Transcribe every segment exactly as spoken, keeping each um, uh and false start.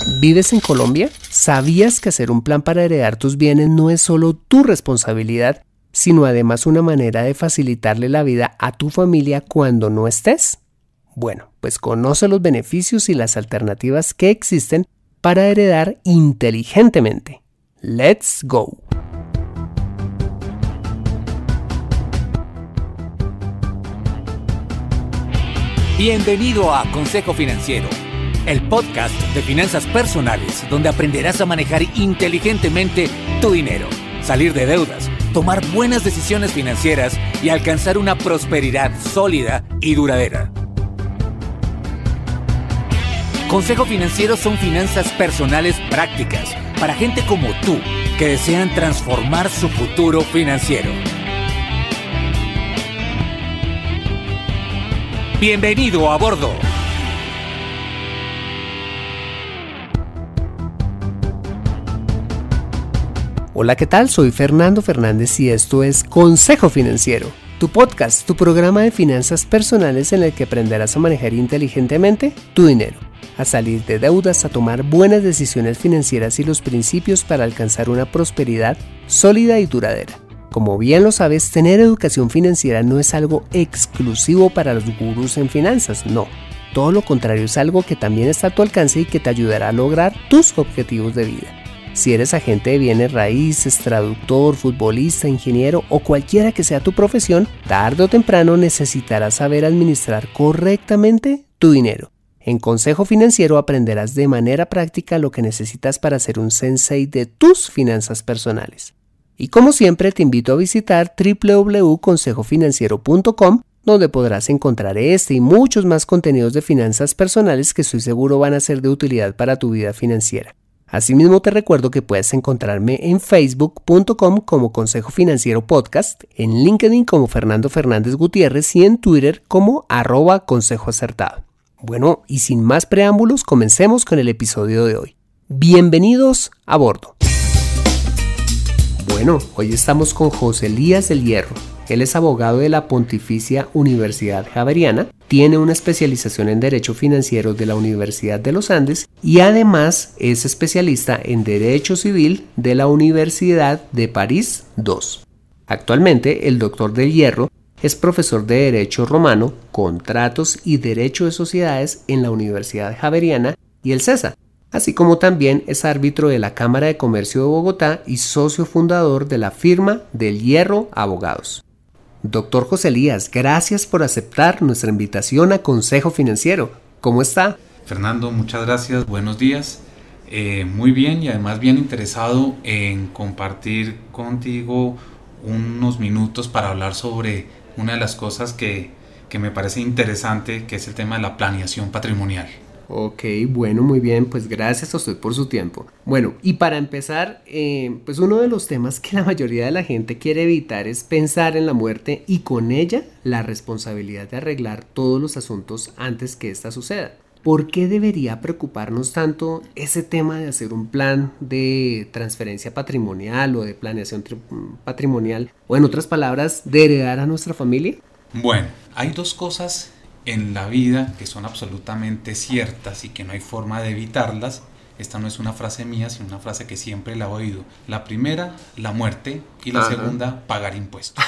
¿Vives en Colombia? ¿Sabías que hacer un plan para heredar tus bienes no es solo tu responsabilidad, sino además una manera de facilitarle la vida a tu familia cuando no estés? Bueno, pues conoce los beneficios y las alternativas que existen para heredar inteligentemente. ¡Let's go! Bienvenido a Consejo Financiero, el podcast de finanzas personales donde aprenderás a manejar inteligentemente tu dinero, salir de deudas, tomar buenas decisiones financieras y alcanzar una prosperidad sólida y duradera. Consejo Financiero son finanzas personales prácticas para gente como tú que desean transformar su futuro financiero. ¡Bienvenido a bordo! Hola, ¿qué tal? Soy Fernando Fernández y esto es Consejo Financiero, tu podcast, tu programa de finanzas personales en el que aprenderás a manejar inteligentemente tu dinero, a salir de deudas, a tomar buenas decisiones financieras y los principios para alcanzar una prosperidad sólida y duradera. Como bien lo sabes, tener educación financiera no es algo exclusivo para los gurús en finanzas, no. Todo lo contrario, es algo que también está a tu alcance y que te ayudará a lograr tus objetivos de vida. Si eres agente de bienes raíces, traductor, futbolista, ingeniero o cualquiera que sea tu profesión, tarde o temprano necesitarás saber administrar correctamente tu dinero. En Consejo Financiero aprenderás de manera práctica lo que necesitas para ser un sensei de tus finanzas personales. Y como siempre te invito a visitar doble u doble u doble u punto consejo financiero punto com, donde podrás encontrar este y muchos más contenidos de finanzas personales que estoy seguro van a ser de utilidad para tu vida financiera. Asimismo te recuerdo que puedes encontrarme en facebook punto com como Consejo Financiero Podcast, en LinkedIn como Fernando Fernández Gutiérrez y en Twitter como arroba Consejo Acertado. Bueno, y sin más preámbulos, comencemos con el episodio de hoy. Bienvenidos a bordo. Bueno, hoy estamos con José Elías del Hierro. Él es abogado de la Pontificia Universidad Javeriana, tiene una especialización en Derecho Financiero de la Universidad de los Andes y además es especialista en Derecho Civil de la Universidad de París dos. Actualmente, el doctor del Hierro es profesor de Derecho Romano, Contratos y Derecho de Sociedades en la Universidad Javeriana y el CESA. Así como también es árbitro de la Cámara de Comercio de Bogotá y socio fundador de la firma del Hierro Abogados. Doctor José Elías, gracias por aceptar nuestra invitación a Consejo Financiero. ¿Cómo está? Fernando, muchas gracias, buenos días. Eh, muy bien y además bien interesado en compartir contigo unos minutos para hablar sobre una de las cosas que, que me parece interesante, que es el tema de la planeación patrimonial. Ok, bueno, muy bien, pues gracias a usted por su tiempo. Bueno, y para empezar, eh, pues uno de los temas que la mayoría de la gente quiere evitar es pensar en la muerte y con ella la responsabilidad de arreglar todos los asuntos antes que ésta suceda. ¿Por qué debería preocuparnos tanto ese tema de hacer un plan de transferencia patrimonial o de planeación tri- patrimonial? O en otras palabras, de heredar a nuestra familia. Bueno, hay dos cosas en la vida que son absolutamente ciertas y que no hay forma de evitarlas. Esta no es una frase mía, sino una frase que siempre la he oído. La primera, la muerte, y la Ajá. segunda, pagar impuestos.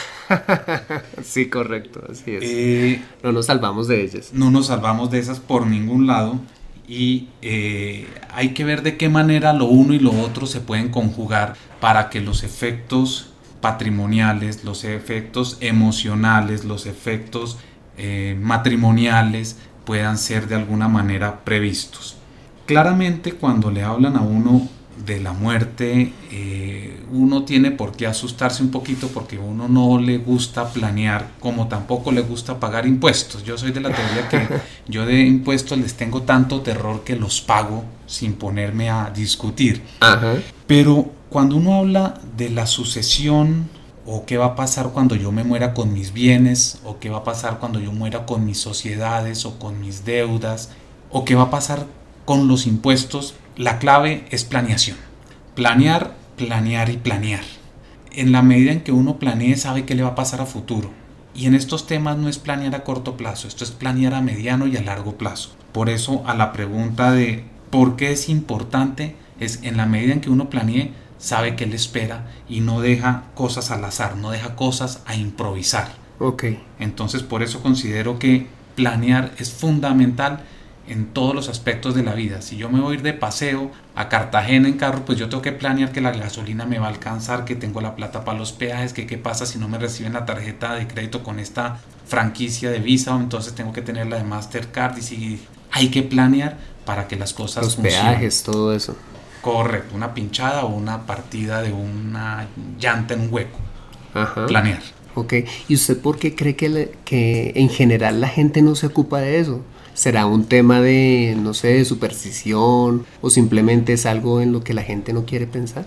Sí, correcto, así es. Eh, no nos salvamos de ellas. No nos salvamos de esas por ningún lado y eh, hay que ver de qué manera lo uno y lo otro se pueden conjugar para que los efectos patrimoniales, los efectos emocionales, los efectos Eh, matrimoniales puedan ser de alguna manera previstos. Claramente cuando le hablan a uno de la muerte, eh, uno tiene por qué asustarse un poquito porque a uno no le gusta planear, como tampoco le gusta pagar impuestos. Yo soy de la teoría que yo de impuestos les tengo tanto terror que los pago sin ponerme a discutir. Ajá. Pero cuando uno habla de la sucesión, o qué va a pasar cuando yo me muera con mis bienes, o qué va a pasar cuando yo muera con mis sociedades o con mis deudas, o qué va a pasar con los impuestos, la clave es planeación. Planear, planear y planear. En la medida en que uno planee, sabe qué le va a pasar a futuro. Y en estos temas no es planear a corto plazo, esto es planear a mediano y a largo plazo. Por eso, a la pregunta de ¿Por qué es importante? Es en la medida en que uno planee, sabe qué le espera y no deja cosas al azar, no deja cosas a improvisar. Okay. Entonces, por eso considero que planear es fundamental en todos los aspectos de la vida. Si yo me voy a ir de paseo a Cartagena en carro, pues yo tengo que planear que la gasolina me va a alcanzar, que tengo la plata para los peajes, que qué pasa si no me reciben la tarjeta de crédito con esta franquicia de Visa, entonces tengo que tener la de Mastercard, y si hay que planear para que las cosas los funcionen. Peajes, todo eso. Correcto, una pinchada o una partida de una llanta en un hueco. Ajá. Planear. Ok, ¿y usted por qué cree que, le, que en general la gente no se ocupa de eso? ¿Será un tema de, no sé, de superstición o simplemente es algo en lo que la gente no quiere pensar?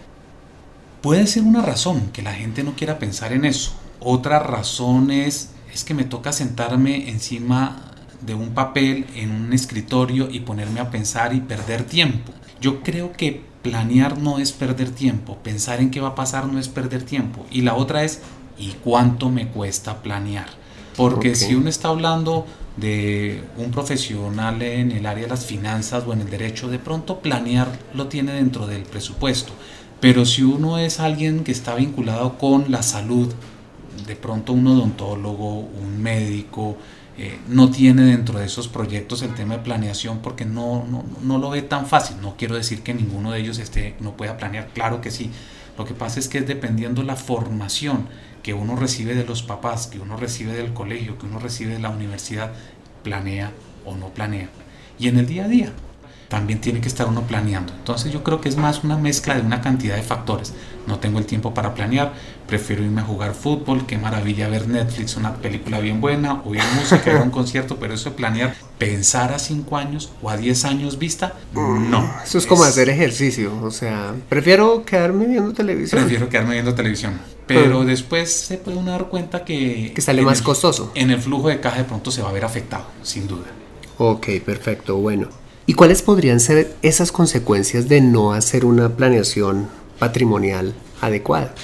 Puede ser una razón que la gente no quiera pensar en eso. Otra razón es, es que me toca sentarme encima de un papel en un escritorio y ponerme a pensar y perder tiempo. Yo creo que planear no es perder tiempo, pensar en qué va a pasar no es perder tiempo. Y la otra es, ¿y cuánto me cuesta planear? Porque okay. Si uno está hablando de un profesional en el área de las finanzas o en el derecho, de pronto planear lo tiene dentro del presupuesto. Pero si uno es alguien que está vinculado con la salud, de pronto un odontólogo, un médico, eh, no tiene dentro de esos proyectos el tema de planeación porque no, no, no lo ve tan fácil. No quiero decir que ninguno de ellos esté, no pueda planear, claro que sí. Lo que pasa es que es dependiendo la formación que uno recibe de los papás, que uno recibe del colegio, que uno recibe de la universidad, planea o no planea. Y en el día a día también tiene que estar uno planeando. Entonces yo creo que es más una mezcla de una cantidad de factores. No tengo el tiempo para planear, prefiero irme a jugar fútbol, qué maravilla ver Netflix, una película bien buena, oír música, ir a un concierto, pero eso de planear, pensar a cinco años o a diez años vista, no. Eso es como es, hacer ejercicio, o sea, prefiero quedarme viendo televisión. Prefiero quedarme viendo televisión, pero uh-huh. después se puede uno dar cuenta que... Que sale más el, costoso. En el flujo de caja de pronto se va a ver afectado, sin duda. Ok, perfecto, bueno. ¿Y cuáles podrían ser esas consecuencias de no hacer una planeación patrimonial adecuada?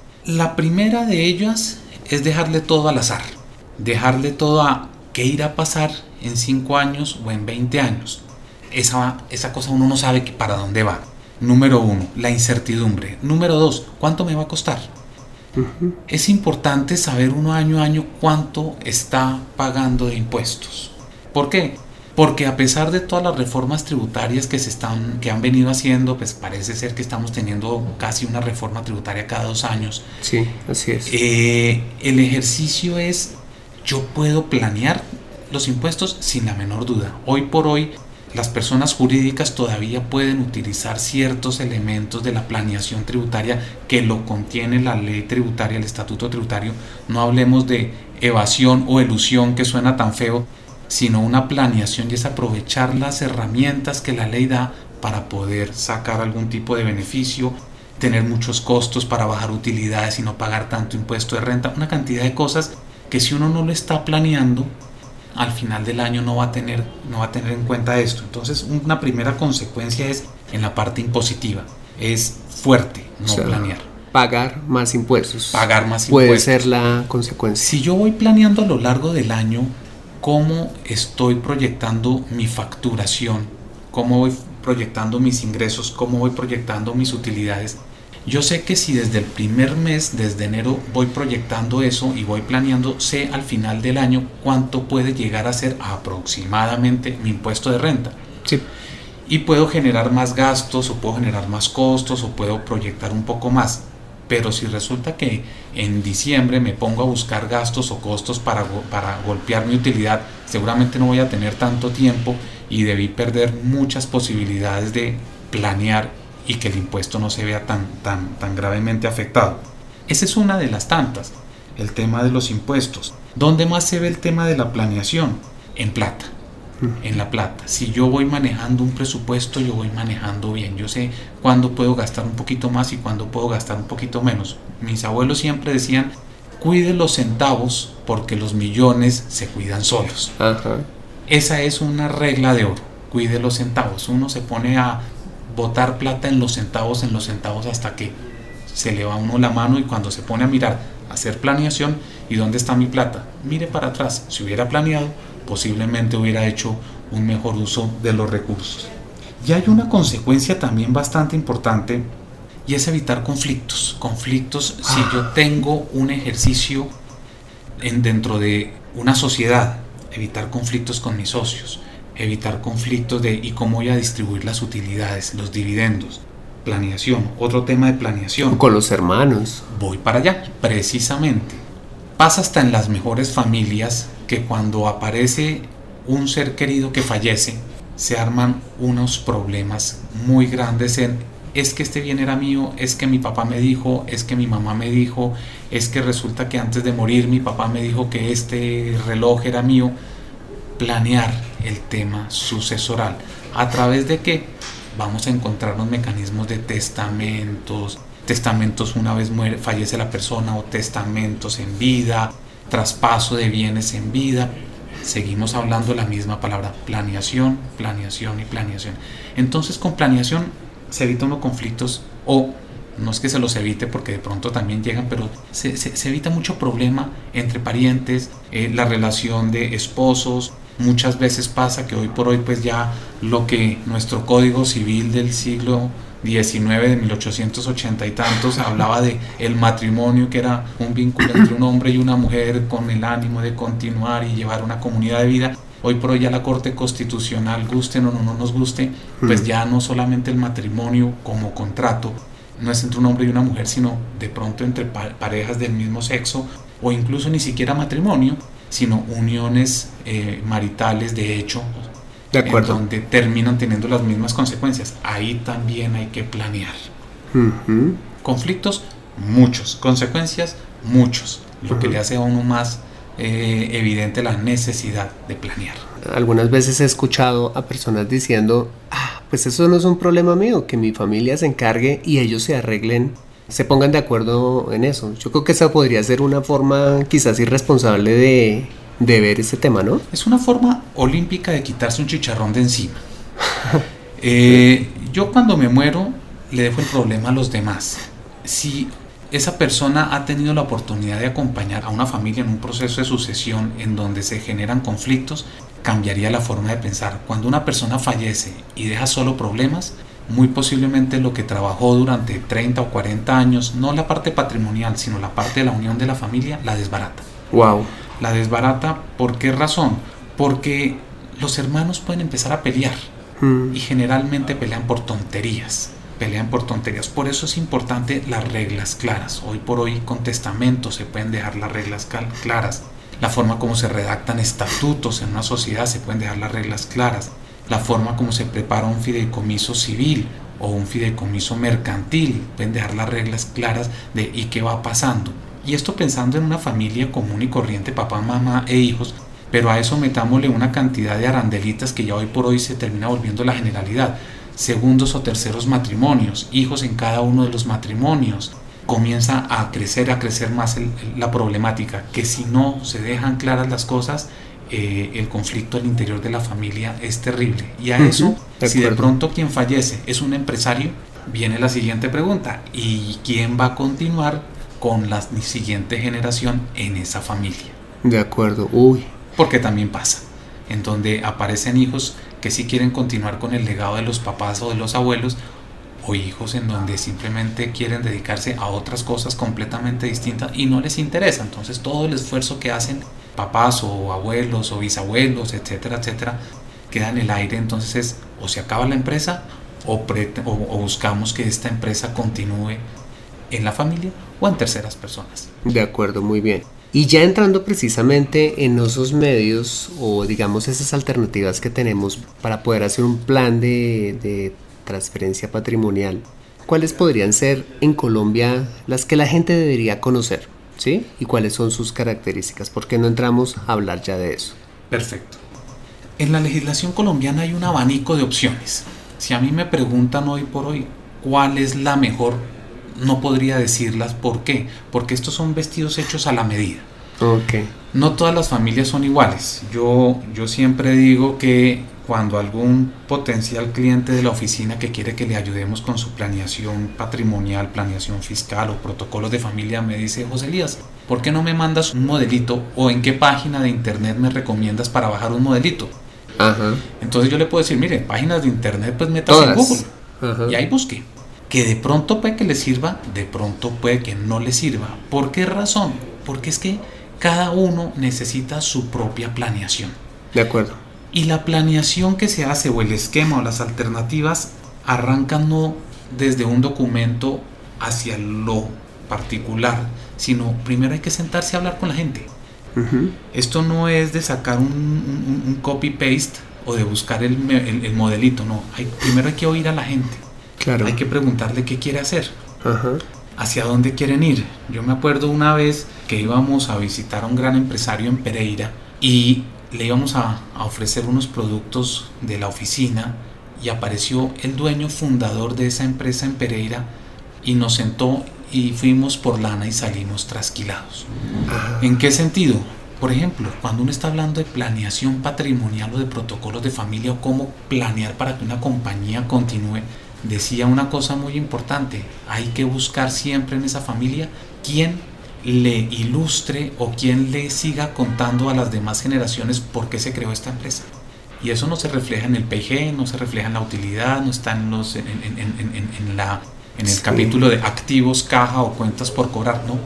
La primera de ellas es dejarle todo al azar, dejarle todo a qué irá a pasar en cinco años o en veinte años. Esa, esa cosa uno no sabe que para dónde va. Número uno, la incertidumbre. Número dos, ¿cuánto me va a costar? Uh-huh. Es importante saber uno año a año cuánto está pagando de impuestos. ¿Por qué? Porque a pesar de todas las reformas tributarias que se están, que han venido haciendo, pues parece ser que estamos teniendo casi una reforma tributaria cada dos años. Sí, así es. Eh, el ejercicio es, yo puedo planear los impuestos sin la menor duda. Hoy por hoy, las personas jurídicas todavía pueden utilizar ciertos elementos de la planeación tributaria que lo contiene la ley tributaria, el estatuto tributario. No hablemos de evasión o elusión, que suena tan feo, sino una planeación, y es aprovechar las herramientas que la ley da para poder sacar algún tipo de beneficio, tener muchos costos para bajar utilidades y no pagar tanto impuesto de renta, una cantidad de cosas que si uno no lo está planeando, al final del año no va a tener, no va a tener en cuenta esto. Entonces una primera consecuencia es en la parte impositiva, es fuerte no o sea, planear. Pagar más impuestos. Pagar más puede impuestos. Puede ser la consecuencia. Si yo voy planeando a lo largo del año, cómo estoy proyectando mi facturación, cómo voy proyectando mis ingresos, cómo voy proyectando mis utilidades. Yo sé que si desde el primer mes, desde enero, voy proyectando eso y voy planeando, sé al final del año cuánto puede llegar a ser aproximadamente mi impuesto de renta. Sí. Y puedo generar más gastos, o puedo generar más costos, o puedo proyectar un poco más. Pero si resulta que en diciembre me pongo a buscar gastos o costos para, para golpear mi utilidad, seguramente no voy a tener tanto tiempo y debí perder muchas posibilidades de planear y que el impuesto no se vea tan, tan, tan gravemente afectado. Esa es una de las tantas, el tema de los impuestos. ¿Dónde más se ve el tema de la planeación? En plata. En la plata. Si yo voy manejando un presupuesto, yo voy manejando bien. Yo sé cuándo puedo gastar un poquito más y cuándo puedo gastar un poquito menos. Mis abuelos siempre decían, cuide los centavos porque los millones se cuidan solos. Ajá. Esa es una regla de oro. Cuide los centavos. Uno se pone a botar plata en los centavos, en los centavos hasta que se le va a uno la mano, y cuando se pone a mirar, a hacer planeación, ¿y dónde está mi plata? Mire para atrás. Si hubiera planeado, posiblemente hubiera hecho un mejor uso de los recursos. Y hay una consecuencia también bastante importante, y es evitar conflictos. Conflictos si yo tengo un ejercicio en, dentro de una sociedad, evitar conflictos con mis socios, evitar conflictos de y cómo voy a distribuir las utilidades, los dividendos, planeación, otro tema de planeación. Con los hermanos. Voy para allá, precisamente. Pasa hasta en las mejores familias que cuando aparece un ser querido que fallece, se arman unos problemas muy grandes en es que este bien era mío, es que mi papá me dijo, es que mi mamá me dijo, es que resulta que antes de morir mi papá me dijo que este reloj era mío. Planear el tema sucesoral. ¿A través de qué? Vamos a encontrar los mecanismos de testamentos, testamentos una vez muere, fallece la persona, o testamentos en vida, traspaso de bienes en vida. Seguimos hablando la misma palabra, planeación, planeación y planeación. Entonces, con planeación se evitan los conflictos, o no es que se los evite porque de pronto también llegan, pero se, se, se evita mucho problema entre parientes, eh, la relación de esposos. Muchas veces pasa que hoy por hoy pues ya lo que nuestro Código Civil del siglo diecinueve, de mil ochocientos ochenta y tantos, hablaba de el matrimonio, que era un vínculo entre un hombre y una mujer con el ánimo de continuar y llevar una comunidad de vida. Hoy por hoy ya la Corte Constitucional, gusten o no, no nos guste, pues ya no solamente el matrimonio como contrato, no es entre un hombre y una mujer, sino de pronto entre pa- parejas del mismo sexo, o incluso ni siquiera matrimonio, sino uniones eh, maritales de hecho, de acuerdo, en donde terminan teniendo las mismas consecuencias. Ahí también hay que planear. Uh-huh. Conflictos, muchos. Consecuencias, muchos. Lo uh-huh. que le hace a uno más eh, evidente la necesidad de planear. Algunas veces he escuchado a personas diciendo, ah, pues eso no es un problema mío, que mi familia se encargue y ellos se arreglen, se pongan de acuerdo en eso. Yo creo que esa podría ser una forma quizás irresponsable de, de ver ese tema, ¿no? Es una forma olímpica de quitarse un chicharrón de encima. eh, yo cuando me muero le dejo el problema a los demás. Si esa persona ha tenido la oportunidad de acompañar a una familia en un proceso de sucesión en donde se generan conflictos, cambiaría la forma de pensar. Cuando una persona fallece y deja solo problemas, muy posiblemente lo que trabajó durante treinta o cuarenta años, no la parte patrimonial, sino la parte de la unión de la familia, la desbarata. Wow. La desbarata, ¿por qué razón? Porque los hermanos pueden empezar a pelear mm. y generalmente pelean por tonterías. Pelean por tonterías. Por eso es importante las reglas claras. Hoy por hoy con testamentos se pueden dejar las reglas claras. La forma como se redactan estatutos en una sociedad se pueden dejar las reglas claras. La forma como se prepara un fideicomiso civil o un fideicomiso mercantil, pueden dejar las reglas claras de y qué va pasando. Y esto pensando en una familia común y corriente, papá, mamá e hijos, pero a eso metámosle una cantidad de arandelitas que ya hoy por hoy se termina volviendo la generalidad. Segundos o terceros matrimonios, hijos en cada uno de los matrimonios. Comienza a crecer, a crecer más el, la problemática, que si no se dejan claras las cosas, eh, el conflicto al interior de la familia es terrible. Y a uh-huh, eso, de si de pronto quien fallece es un empresario, viene la siguiente pregunta: ¿y quién va a continuar con la siguiente generación en esa familia? De acuerdo, uy. Porque también pasa, en donde aparecen hijos que sí quieren continuar con el legado de los papás o de los abuelos, o hijos en donde simplemente quieren dedicarse a otras cosas completamente distintas y no les interesa. Entonces todo el esfuerzo que hacen papás o abuelos o bisabuelos, etcétera, etcétera, queda en el aire. Entonces es, o se acaba la empresa o, pre- o, o buscamos que esta empresa continúe en la familia o en terceras personas. De acuerdo, muy bien. Y ya entrando precisamente en esos medios o digamos esas alternativas que tenemos para poder hacer un plan de, de transferencia patrimonial, ¿cuáles podrían ser en Colombia las que la gente debería conocer? ¿Sí? ¿Y cuáles son sus características? ¿Por qué no entramos a hablar ya de eso? Perfecto. En la legislación colombiana hay un abanico de opciones. Si a mí me preguntan hoy por hoy cuál es la mejor, no podría decirlas. ¿Por qué? Porque estos son vestidos hechos a la medida. Okay. No todas las familias son iguales. Yo, yo siempre digo que cuando algún potencial cliente de la oficina que quiere que le ayudemos con su planeación patrimonial, planeación fiscal o protocolos de familia me dice: José Elías, ¿por qué no me mandas un modelito o en qué página de internet me recomiendas para bajar un modelito? Ajá. Entonces yo le puedo decir, mire, páginas de internet, pues metas en Google. Ajá. Y ahí busque. Que de pronto puede que le sirva, de pronto puede que no le sirva. ¿Por qué razón? Porque es que cada uno necesita su propia planeación. De acuerdo. Y la planeación que se hace, o el esquema, o las alternativas, arrancan no desde un documento hacia lo particular, sino primero hay que sentarse a hablar con la gente. Uh-huh. Esto no es de sacar un, un, un copy-paste o de buscar el, el, el modelito, no. Hay, primero hay que oír a la gente. Claro. Hay que preguntarle qué quiere hacer, uh-huh. hacia dónde quieren ir. Yo me acuerdo una vez que íbamos a visitar a un gran empresario en Pereira y le íbamos a, a ofrecer unos productos de la oficina y apareció el dueño fundador de esa empresa en Pereira y nos sentó y fuimos por lana y salimos trasquilados. Uh-huh. ¿En qué sentido? Por ejemplo, cuando uno está hablando de planeación patrimonial o de protocolos de familia o cómo planear para que una compañía continúe, decía una cosa muy importante: hay que buscar siempre en esa familia quien le ilustre o quien le siga contando a las demás generaciones por qué se creó esta empresa. Y eso no se refleja en el P I G, no se refleja en la utilidad, no está en, los, en, en, en, en, en, la, en el sí. capítulo de activos, caja o cuentas por cobrar, no.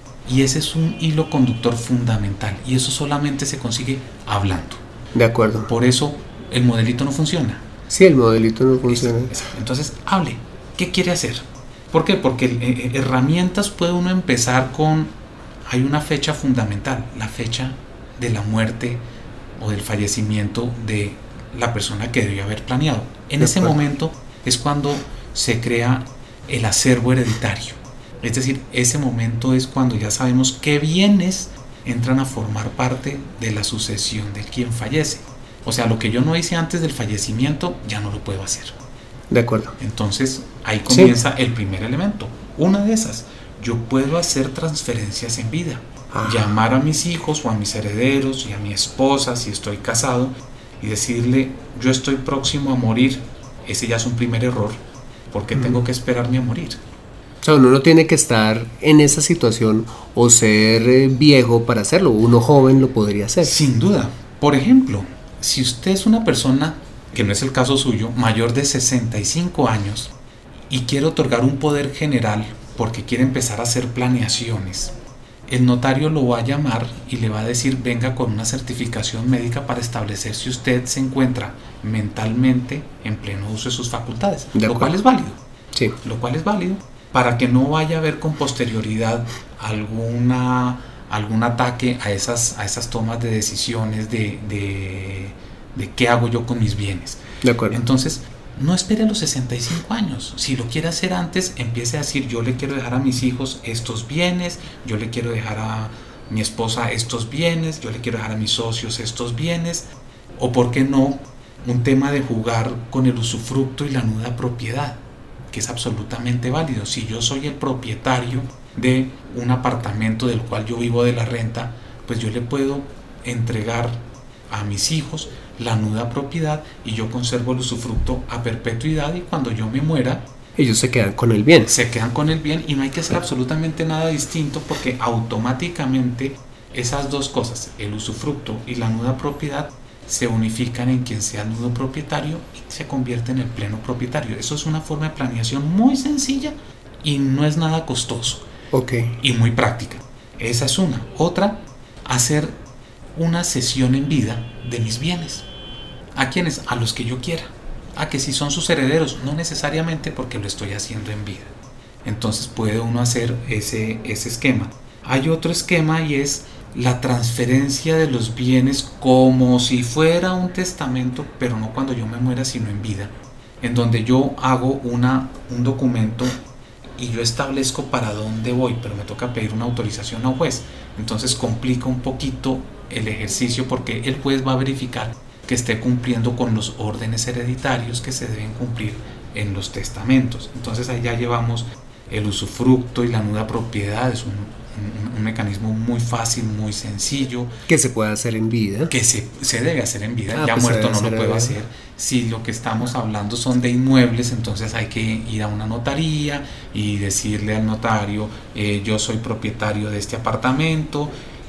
Y ese es un hilo conductor fundamental y eso solamente se consigue hablando. De acuerdo. Por eso el modelito no funciona. Sí, el modelito no funciona. Entonces, hable. ¿Qué quiere hacer? ¿Por qué? Porque eh, herramientas puede uno empezar con... Hay una fecha fundamental, la fecha de la muerte o del fallecimiento de la persona que debió haber planeado. En ese momento es cuando se crea el acervo hereditario. Es decir, ese momento es cuando ya sabemos qué bienes entran a formar parte de la sucesión de quien fallece. O sea, lo que yo no hice antes del fallecimiento, ya no lo puedo hacer. De acuerdo. Entonces, ahí comienza sí. el primer elemento. Una de esas, yo puedo hacer transferencias en vida. Ah. Llamar a mis hijos o a mis herederos y a mi esposa, si estoy casado, y decirle, yo estoy próximo a morir. Ese ya es un primer error. ¿Por qué mm. tengo que esperarme a morir? O sea, uno no tiene que estar en esa situación o ser eh, viejo para hacerlo. Uno joven lo podría hacer. Sin duda. Por ejemplo, si usted es una persona, que no es el caso suyo, mayor de sesenta y cinco años y quiere otorgar un poder general porque quiere empezar a hacer planeaciones, el notario lo va a llamar y le va a decir, venga con una certificación médica para establecer si usted se encuentra mentalmente en pleno uso de sus facultades, lo cual es válido. Sí. Lo cual es válido para que no vaya a haber con posterioridad alguna... algún ataque a esas, a esas tomas de decisiones de, de, de qué hago yo con mis bienes. De acuerdo. Entonces, no espere a los sesenta y cinco años. Si lo quiere hacer antes, empiece a decir, yo le quiero dejar a mis hijos estos bienes, yo le quiero dejar a mi esposa estos bienes, yo le quiero dejar a mis socios estos bienes, o por qué no, un tema de jugar con el usufructo y la nuda propiedad, que es absolutamente válido. Si yo soy el propietario de un apartamento del cual yo vivo de la renta, pues yo le puedo entregar a mis hijos la nuda propiedad y yo conservo el usufructo a perpetuidad, y cuando yo me muera ellos se quedan con el bien. Se quedan con el bien y no hay que hacer absolutamente nada distinto, porque automáticamente esas dos cosas, el usufructo y la nuda propiedad, se unifican en quien sea el nudo propietario y se convierte en el pleno propietario. Eso es una forma de planeación muy sencilla y no es nada costoso. Okay. Y muy práctica. Esa es una. Otra, hacer una cesión en vida de mis bienes. ¿A quiénes? A los que yo quiera. A que si son sus herederos, no necesariamente, porque lo estoy haciendo en vida. Entonces puede uno hacer ese, ese esquema. Hay otro esquema y es la transferencia de los bienes como si fuera un testamento, pero no cuando yo me muera, sino en vida. En donde yo hago una, un documento y yo establezco para dónde voy, pero me toca pedir una autorización a un juez. Entonces complica un poquito el ejercicio, porque el juez va a verificar que esté cumpliendo con los órdenes hereditarios que se deben cumplir en los testamentos. Entonces ahí ya llevamos el usufructo y la nuda propiedad. Es un, un, un mecanismo muy fácil, muy sencillo. Que se puede hacer en vida. Que se, se debe hacer en vida. Ah, ya pues muerto no lo puedo hacer. Si lo que estamos hablando son de inmuebles, entonces hay que ir a una notaría y decirle al notario, eh, yo soy propietario de este apartamento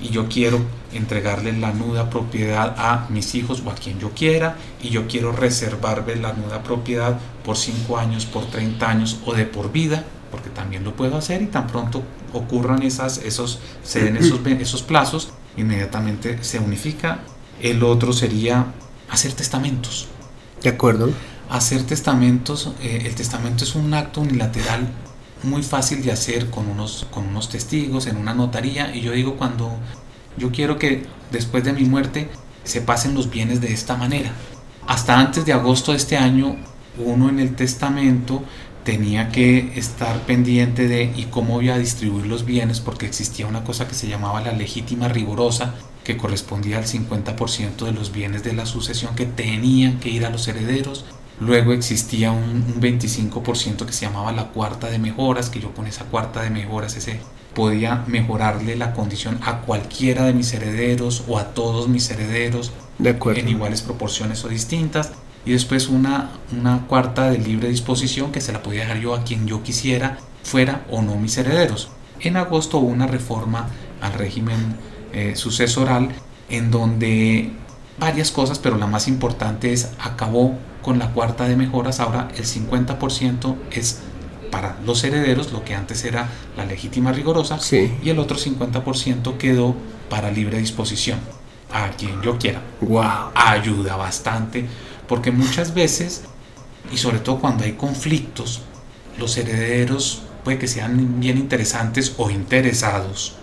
y yo quiero entregarle la nuda propiedad a mis hijos o a quien yo quiera, y yo quiero reservarme la nuda propiedad por cinco años, por treinta años o de por vida, porque también lo puedo hacer, y tan pronto ocurran esas, esos, se den esos, esos plazos, inmediatamente se unifica. El otro sería hacer testamentos. De acuerdo. Hacer testamentos, eh, el testamento es un acto unilateral muy fácil de hacer con unos, con unos testigos en una notaría, y yo digo, cuando yo quiero que después de mi muerte se pasen los bienes de esta manera. Hasta antes de agosto de este año, uno en el testamento tenía que estar pendiente de y cómo iba a distribuir los bienes, porque existía una cosa que se llamaba la legítima rigurosa, que correspondía al cincuenta por ciento de los bienes de la sucesión que tenían que ir a los herederos. Luego existía un, un veinticinco por ciento que se llamaba la cuarta de mejoras, que yo con esa cuarta de mejoras ese, podía mejorarle la condición a cualquiera de mis herederos o a todos mis herederos, de acuerdo, en iguales proporciones o distintas. Y después una, una cuarta de libre disposición, que se la podía dejar yo a quien yo quisiera, fuera o no mis herederos. En agosto hubo una reforma al régimen eh, sucesoral, en donde varias cosas, pero la más importante es, acabó con la cuarta de mejoras. Ahora el cincuenta por ciento es para los herederos, lo que antes era la legítima rigurosa, sí, y el otro cincuenta por ciento quedó para libre disposición, a quien yo quiera. Wow. Ayuda bastante, porque muchas veces, y sobre todo cuando hay conflictos, los herederos puede que sean bien interesantes o interesados,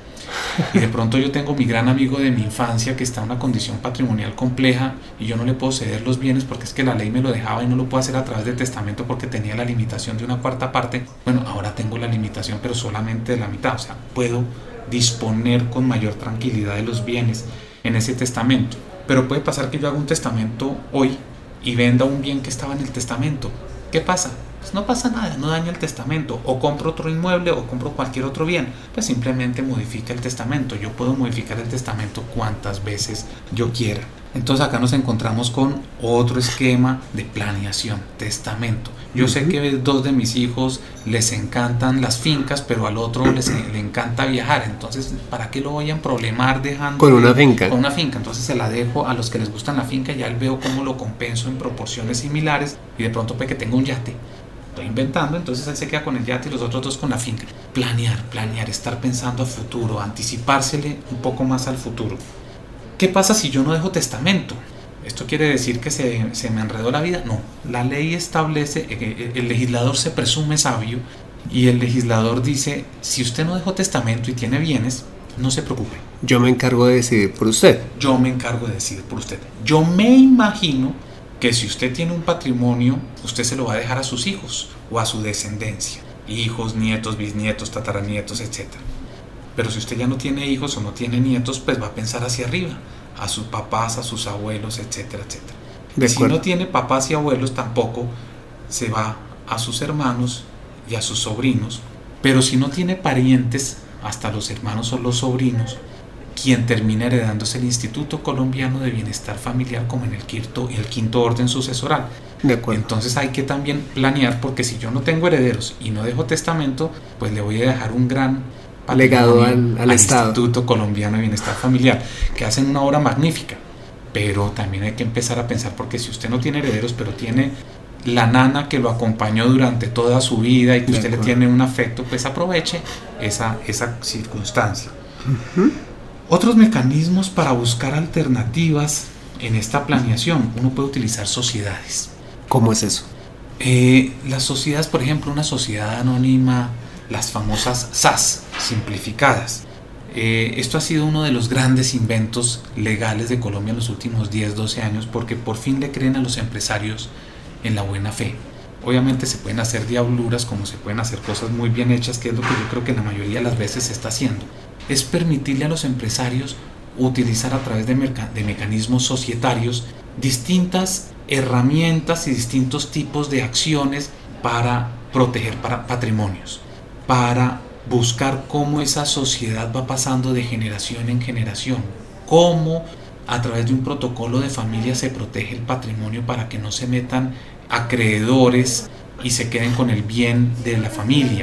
y de pronto yo tengo mi gran amigo de mi infancia que está en una condición patrimonial compleja y yo no le puedo ceder los bienes porque es que la ley me lo dejaba y no lo puedo hacer a través de testamento porque tenía la limitación de una cuarta parte. Bueno, ahora tengo la limitación, pero solamente de la mitad, o sea, puedo disponer con mayor tranquilidad de los bienes en ese testamento. Pero puede pasar que yo haga un testamento hoy y venda un bien que estaba en el testamento. ¿Qué pasa? Pues no pasa nada, no daña el testamento, o compro otro inmueble o compro cualquier otro bien, pues simplemente modifica el testamento. Yo puedo modificar el testamento cuantas veces yo quiera. Entonces acá nos encontramos con otro esquema de planeación, testamento. Yo uh-huh. sé que dos de mis hijos les encantan las fincas, pero al otro les, le encanta viajar, entonces ¿para qué lo voy a problemar dejando con una finca? Con una finca, entonces se la dejo a los que les gustan la finca, ya veo cómo lo compenso en proporciones similares, y de pronto puede que tenga un yate. Estoy inventando, entonces él se queda con el yate y los otros dos con la finca. Planear, planear, estar pensando a futuro, anticipársele un poco más al futuro. ¿Qué pasa si yo no dejo testamento? ¿Esto quiere decir que se, se me enredó la vida? No, la ley establece, eh, el legislador se presume sabio, y el legislador dice, si usted no dejó testamento y tiene bienes, no se preocupe. Yo me encargo de decidir por usted. Yo me encargo de decidir por usted. Yo me imagino que si usted tiene un patrimonio, usted se lo va a dejar a sus hijos o a su descendencia, hijos, nietos, bisnietos, tataranietos, etcétera. Pero si usted ya no tiene hijos o no tiene nietos, pues va a pensar hacia arriba, a sus papás, a sus abuelos, etcétera, etcétera. De si no tiene papás y abuelos, tampoco se va a sus hermanos y a sus sobrinos. Pero si no tiene parientes, hasta los hermanos o los sobrinos, quien termina heredando es el Instituto Colombiano de Bienestar Familiar, como en el quinto, el quinto orden sucesoral. De acuerdo. Entonces hay que también planear, porque si yo no tengo herederos y no dejo testamento, pues le voy a dejar un gran legado al, al, al Estado. Instituto Colombiano de Bienestar Familiar, que hacen una obra magnífica, pero también hay que empezar a pensar, porque si usted no tiene herederos, pero tiene la nana que lo acompañó durante toda su vida y que usted le tiene un afecto, pues aproveche esa, esa circunstancia. Uh-huh. Otros mecanismos para buscar alternativas en esta planeación: uno puede utilizar sociedades. ¿Cómo es eso? Eh, las sociedades, por ejemplo, una sociedad anónima, las famosas S A S simplificadas. Eh, esto ha sido uno de los grandes inventos legales de Colombia en los últimos diez, doce años, porque por fin le creen a los empresarios en la buena fe. Obviamente se pueden hacer diabluras, como se pueden hacer cosas muy bien hechas, que es lo que yo creo que la mayoría de las veces se está haciendo. Es permitirle a los empresarios utilizar a través de, merc- de mecanismos societarios distintas herramientas y distintos tipos de acciones para proteger para patrimonios, para buscar cómo esa sociedad va pasando de generación en generación, cómo a través de un protocolo de familia se protege el patrimonio para que no se metan acreedores y se queden con el bien de la familia,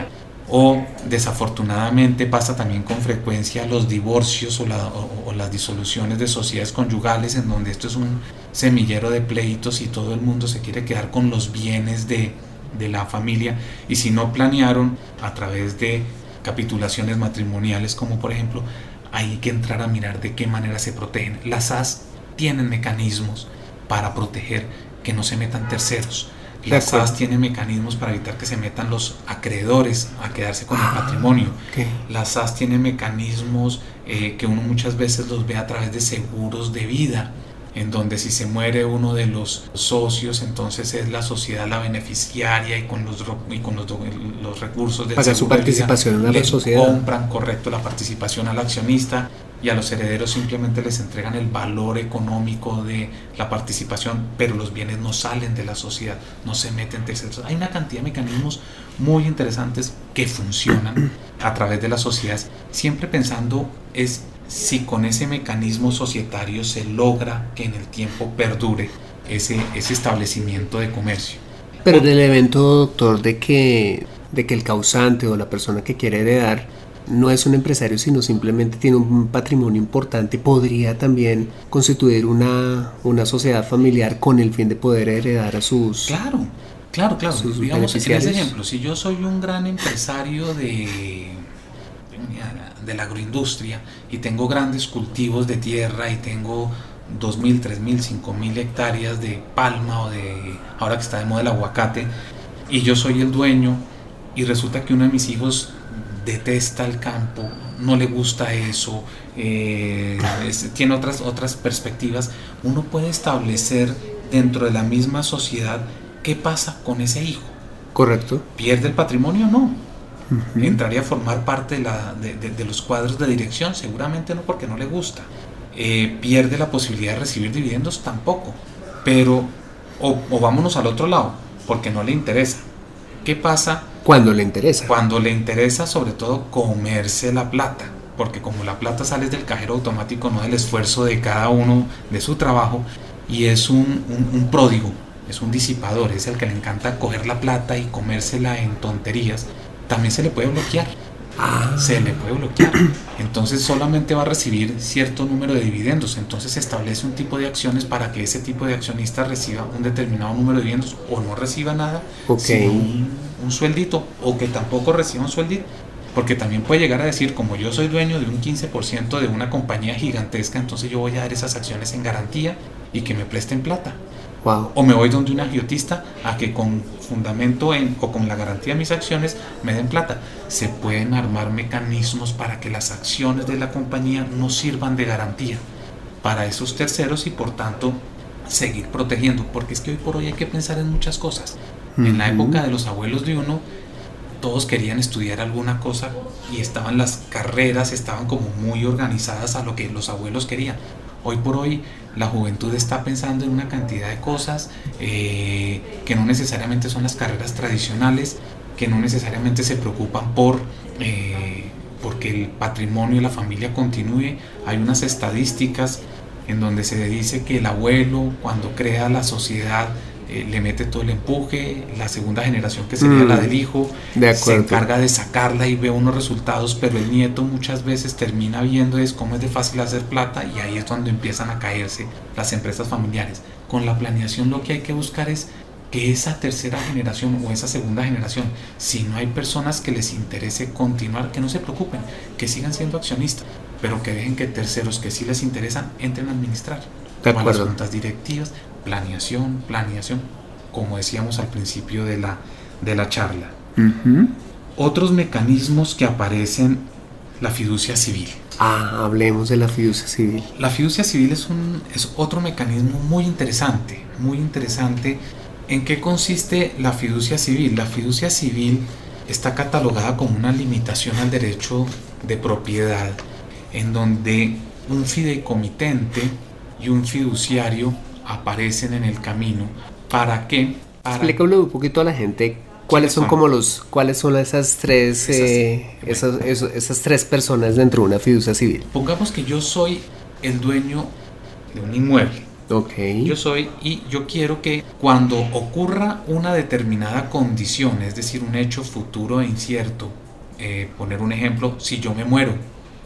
O desafortunadamente pasa también con frecuencia los divorcios o, la, o, o las disoluciones de sociedades conyugales, en donde esto es un semillero de pleitos y todo el mundo se quiere quedar con los bienes de, de la familia, y si no planearon a través de capitulaciones matrimoniales, como por ejemplo, hay que entrar a mirar de qué manera se protegen. Las A S tienen mecanismos para proteger que no se metan terceros. Las A S tienen mecanismos para evitar que se metan los acreedores a quedarse con ah, el patrimonio. Okay. Las A S tienen mecanismos eh, que uno muchas veces los ve a través de seguros de vida, en donde si se muere uno de los socios, entonces es la sociedad la beneficiaria, y con los, y con los, los recursos del seguro su participación de vida, en la sociedad, compran correcto la participación al accionista, y a los herederos simplemente les entregan el valor económico de la participación, pero los bienes no salen de la sociedad, no se meten terceros. Hay una cantidad de mecanismos muy interesantes que funcionan a través de las sociedades, siempre pensando es si con ese mecanismo societario se logra que en el tiempo perdure ese, ese establecimiento de comercio. Pero en el evento, doctor, de que, de que el causante o la persona que quiere heredar no es un empresario, sino simplemente tiene un patrimonio importante, podría también constituir una, una sociedad familiar con el fin de poder heredar a sus... Claro, claro, claro. Sus Digamos, en ese ejemplo, si yo soy un gran empresario de, de la agroindustria y tengo grandes cultivos de tierra y tengo dos mil, tres mil, cinco mil hectáreas de palma o de, ahora que está de moda el aguacate, y yo soy el dueño, y resulta que uno de mis hijos detesta el campo, no le gusta eso, eh, es, tiene otras, otras perspectivas, uno puede establecer dentro de la misma sociedad qué pasa con ese hijo. Correcto. ¿Pierde el patrimonio? No. Uh-huh. ¿Entraría a formar parte de, la, de, de, de los cuadros de dirección? Seguramente no, porque no le gusta. Eh, ¿Pierde la posibilidad de recibir dividendos? Tampoco. Pero, o, o vámonos al otro lado, porque no le interesa. ¿Qué pasa? Cuando le interesa. Cuando le interesa, sobre todo, comerse la plata, porque como la plata sale del cajero automático, no del esfuerzo de cada uno de su trabajo, y es un, un, un pródigo, es un disipador, es el que le encanta coger la plata y comérsela en tonterías, también se le puede bloquear. Ah. Se le puede bloquear. Entonces solamente va a recibir cierto número de dividendos. Entonces se establece un tipo de acciones para que ese tipo de accionista reciba un determinado número de dividendos, o no reciba nada, okay, sino un, un sueldito, o que tampoco reciba un sueldito. Porque también puede llegar a decir, como yo soy dueño de un quince por ciento de una compañía gigantesca, entonces yo voy a dar esas acciones en garantía y que me presten plata. Wow. O me voy donde un agiotista a que con fundamento en, o con la garantía de mis acciones me den plata. Se pueden armar mecanismos para que las acciones de la compañía no sirvan de garantía para esos terceros, y por tanto seguir protegiendo, porque es que hoy por hoy hay que pensar en muchas cosas. Uh-huh. En la época de los abuelos de uno, todos querían estudiar alguna cosa y estaban las carreras, estaban como muy organizadas a lo que los abuelos querían. Hoy por hoy la juventud está pensando en una cantidad de cosas eh, que no necesariamente son las carreras tradicionales, que no necesariamente se preocupan por eh, porque el patrimonio de la familia continúe. Hay unas estadísticas en donde se dice que el abuelo, cuando crea la sociedad, Eh, le mete todo el empuje, la segunda generación, que sería mm, la del hijo, de se encarga de sacarla y ve unos resultados, pero el nieto muchas veces termina viendo es cómo es de fácil hacer plata, y ahí es cuando empiezan a caerse las empresas familiares. Con la planeación lo que hay que buscar es que esa tercera generación o esa segunda generación, si no hay personas que les interese continuar, que no se preocupen, que sigan siendo accionistas, pero que dejen que terceros que sí les interesan entren a administrar. De acuerdo. Las juntas directivas, planeación, planeación, como decíamos al principio de la, de la charla. Uh-huh. Otros mecanismos que aparecen, la fiducia civil. Ah, hablemos de la fiducia civil. La fiducia civil es, un, es otro mecanismo muy interesante, muy interesante. ¿En qué consiste la fiducia civil? La fiducia civil está catalogada como una limitación al derecho de propiedad, en donde un fideicomitente y un fiduciario aparecen en el camino. ¿Para qué? Para... Explícale un poquito a la gente cuáles son, son como los cuáles son esas tres esas, eh, esas, esas, esas tres personas dentro de una fiducia civil. Pongamos que yo soy el dueño de un inmueble. Okay. Yo soy y yo quiero que cuando ocurra una determinada condición, es decir, un hecho futuro e incierto, eh, poner un ejemplo, si yo me muero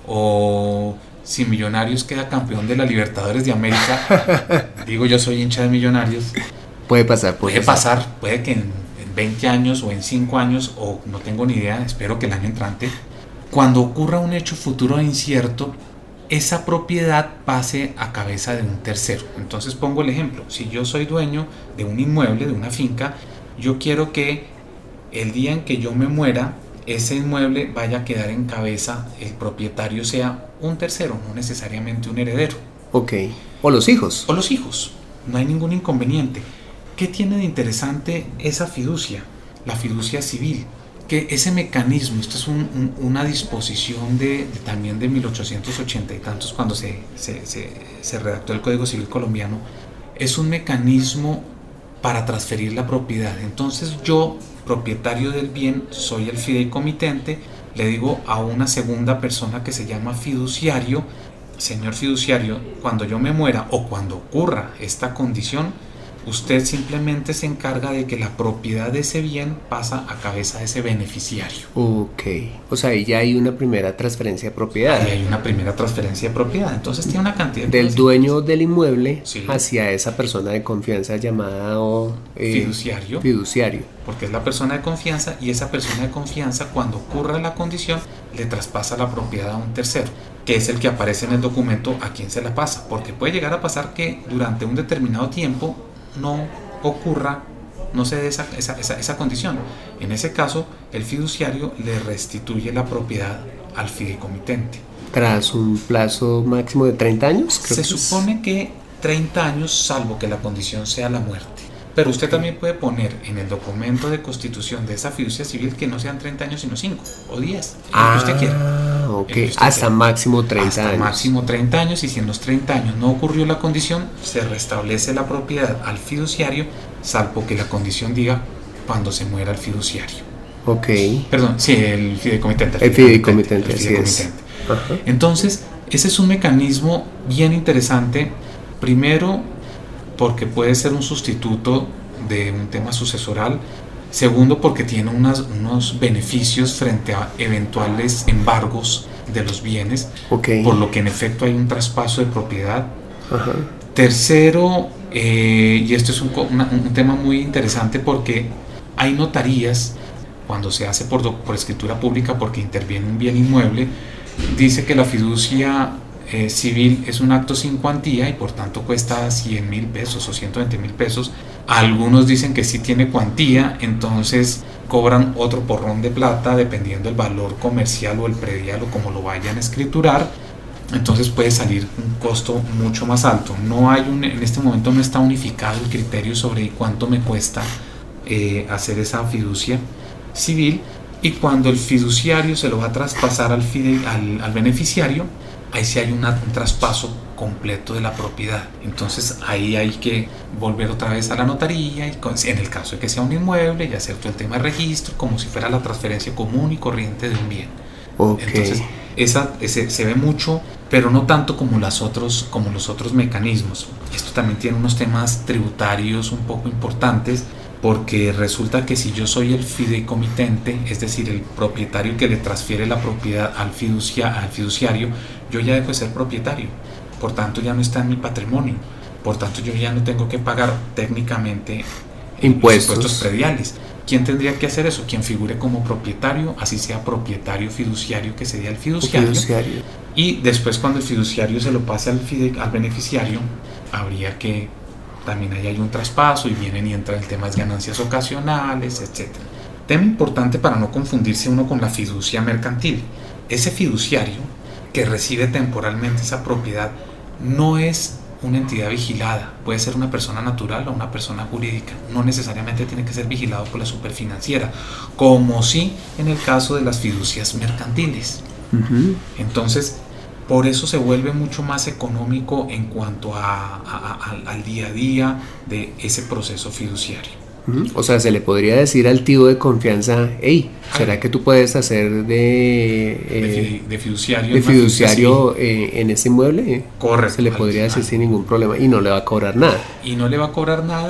o si Millonarios queda campeón de la Libertadores de América, digo yo soy hincha de Millonarios, puede pasar, puede, puede pasar, pasar, puede que en, en veinte años o en cinco años o no tengo ni idea, espero que el año entrante, cuando ocurra un hecho futuro incierto, esa propiedad pase a cabeza de un tercero. Entonces pongo el ejemplo, si yo soy dueño de un inmueble, de una finca, yo quiero que el día en que yo me muera, ese inmueble vaya a quedar en cabeza, el propietario sea un tercero, no necesariamente un heredero. Ok, o los hijos. O los hijos, no hay ningún inconveniente. ¿Qué tiene de interesante esa fiducia? La fiducia civil, que ese mecanismo, esto es un, un, una disposición de, de también de mil ochocientos ochenta y tantos, cuando se, se, se, se redactó el Código Civil colombiano, es un mecanismo para transferir la propiedad. Entonces yo, propietario del bien, soy el fideicomitente, le digo a una segunda persona que se llama fiduciario, señor fiduciario, cuando yo me muera o cuando ocurra esta condición, usted simplemente se encarga de que la propiedad de ese bien pasa a cabeza de ese beneficiario. Ok, o sea, ahí ya hay una primera transferencia de propiedad. Ahí hay una primera transferencia de propiedad, entonces tiene una cantidad de del cosas. Dueño del inmueble, sí, hacia esa persona de confianza llamada o, eh, fiduciario. Fiduciario. Porque es la persona de confianza y esa persona de confianza, cuando ocurra la condición, le traspasa la propiedad a un tercero, que es el que aparece en el documento a quien se la pasa, porque puede llegar a pasar que durante un determinado tiempo no ocurra, no se dé esa, esa, esa, esa condición. En ese caso, el fiduciario le restituye la propiedad al fideicomitente. ¿Tras un plazo máximo de treinta años? Creo se que supone es. que treinta años, salvo que la condición sea la muerte. Pero usted también puede poner en el documento de constitución de esa fiducia civil que no sean treinta años, sino cinco o diez, ah, el que usted quiera. Ok, hasta quiera. máximo treinta hasta años. máximo treinta años, y si en los treinta años no ocurrió la condición, se restablece la propiedad al fiduciario, salvo que la condición diga cuando se muera el fiduciario. Ok. Perdón, sí, el fideicomitente. El fideicomitente, así es. Ajá. Entonces, ese es un mecanismo bien interesante, primero porque puede ser un sustituto de un tema sucesoral, segundo porque tiene unas, unos beneficios frente a eventuales embargos de los bienes, okay. por lo que en efecto hay un traspaso de propiedad. Ajá. Tercero, eh, y esto es un, una, un tema muy interesante porque hay notarías, cuando se hace por, por escritura pública porque interviene un bien inmueble, dice que la fiducia Eh, civil es un acto sin cuantía y por tanto cuesta cien mil pesos o ciento veinte mil pesos. Algunos dicen que sí tiene cuantía, entonces cobran otro porrón de plata dependiendo del valor comercial o el predial o como lo vayan a escriturar. Entonces puede salir un costo mucho más alto. No hay un, en este momento no está unificado el criterio sobre cuánto me cuesta eh, hacer esa fiducia civil, y cuando el fiduciario se lo va a traspasar al, fide, al, al beneficiario, ahí sí hay una, un traspaso completo de la propiedad. Entonces ahí hay que volver otra vez a la notaría, y en el caso de que sea un inmueble, y hacer todo el tema de registro como si fuera la transferencia común y corriente de un bien. Okay. Entonces esa, ese, se ve mucho, pero no tanto como, las otros, como los otros mecanismos. Esto también tiene unos temas tributarios un poco importantes, porque resulta que si yo soy el fideicomitente, es decir, el propietario que le transfiere la propiedad al, fiducia, al fiduciario, yo ya dejo de ser propietario, por tanto ya no está en mi patrimonio, por tanto yo ya no tengo que pagar técnicamente impuestos, impuestos prediales. ¿Quién tendría que hacer eso? Quien figure como propietario, así sea propietario fiduciario, que sería el fiduciario, fiduciario. Y después, cuando el fiduciario se lo pase al, fide, al beneficiario, habría que también ahí hay un traspaso y vienen y entran el tema de ganancias ocasionales, etcétera. Tema importante para no confundirse uno con la fiducia mercantil. Ese fiduciario que recibe temporalmente esa propiedad no es una entidad vigilada, puede ser una persona natural o una persona jurídica, no necesariamente tiene que ser vigilado por la superfinanciera, como sí en el caso de las fiducias mercantiles. Uh-huh. Entonces, por eso se vuelve mucho más económico en cuanto a, a, a, al día a día de ese proceso fiduciario. O sea, se le podría decir al tío de confianza, hey, ¿será Ay. que tú puedes hacer de, eh, de, de fiduciario, de fiduciario eh, en ese inmueble? Correcto. Se le podría decir sin ningún problema y no le va a cobrar nada. Y no le va a cobrar nada,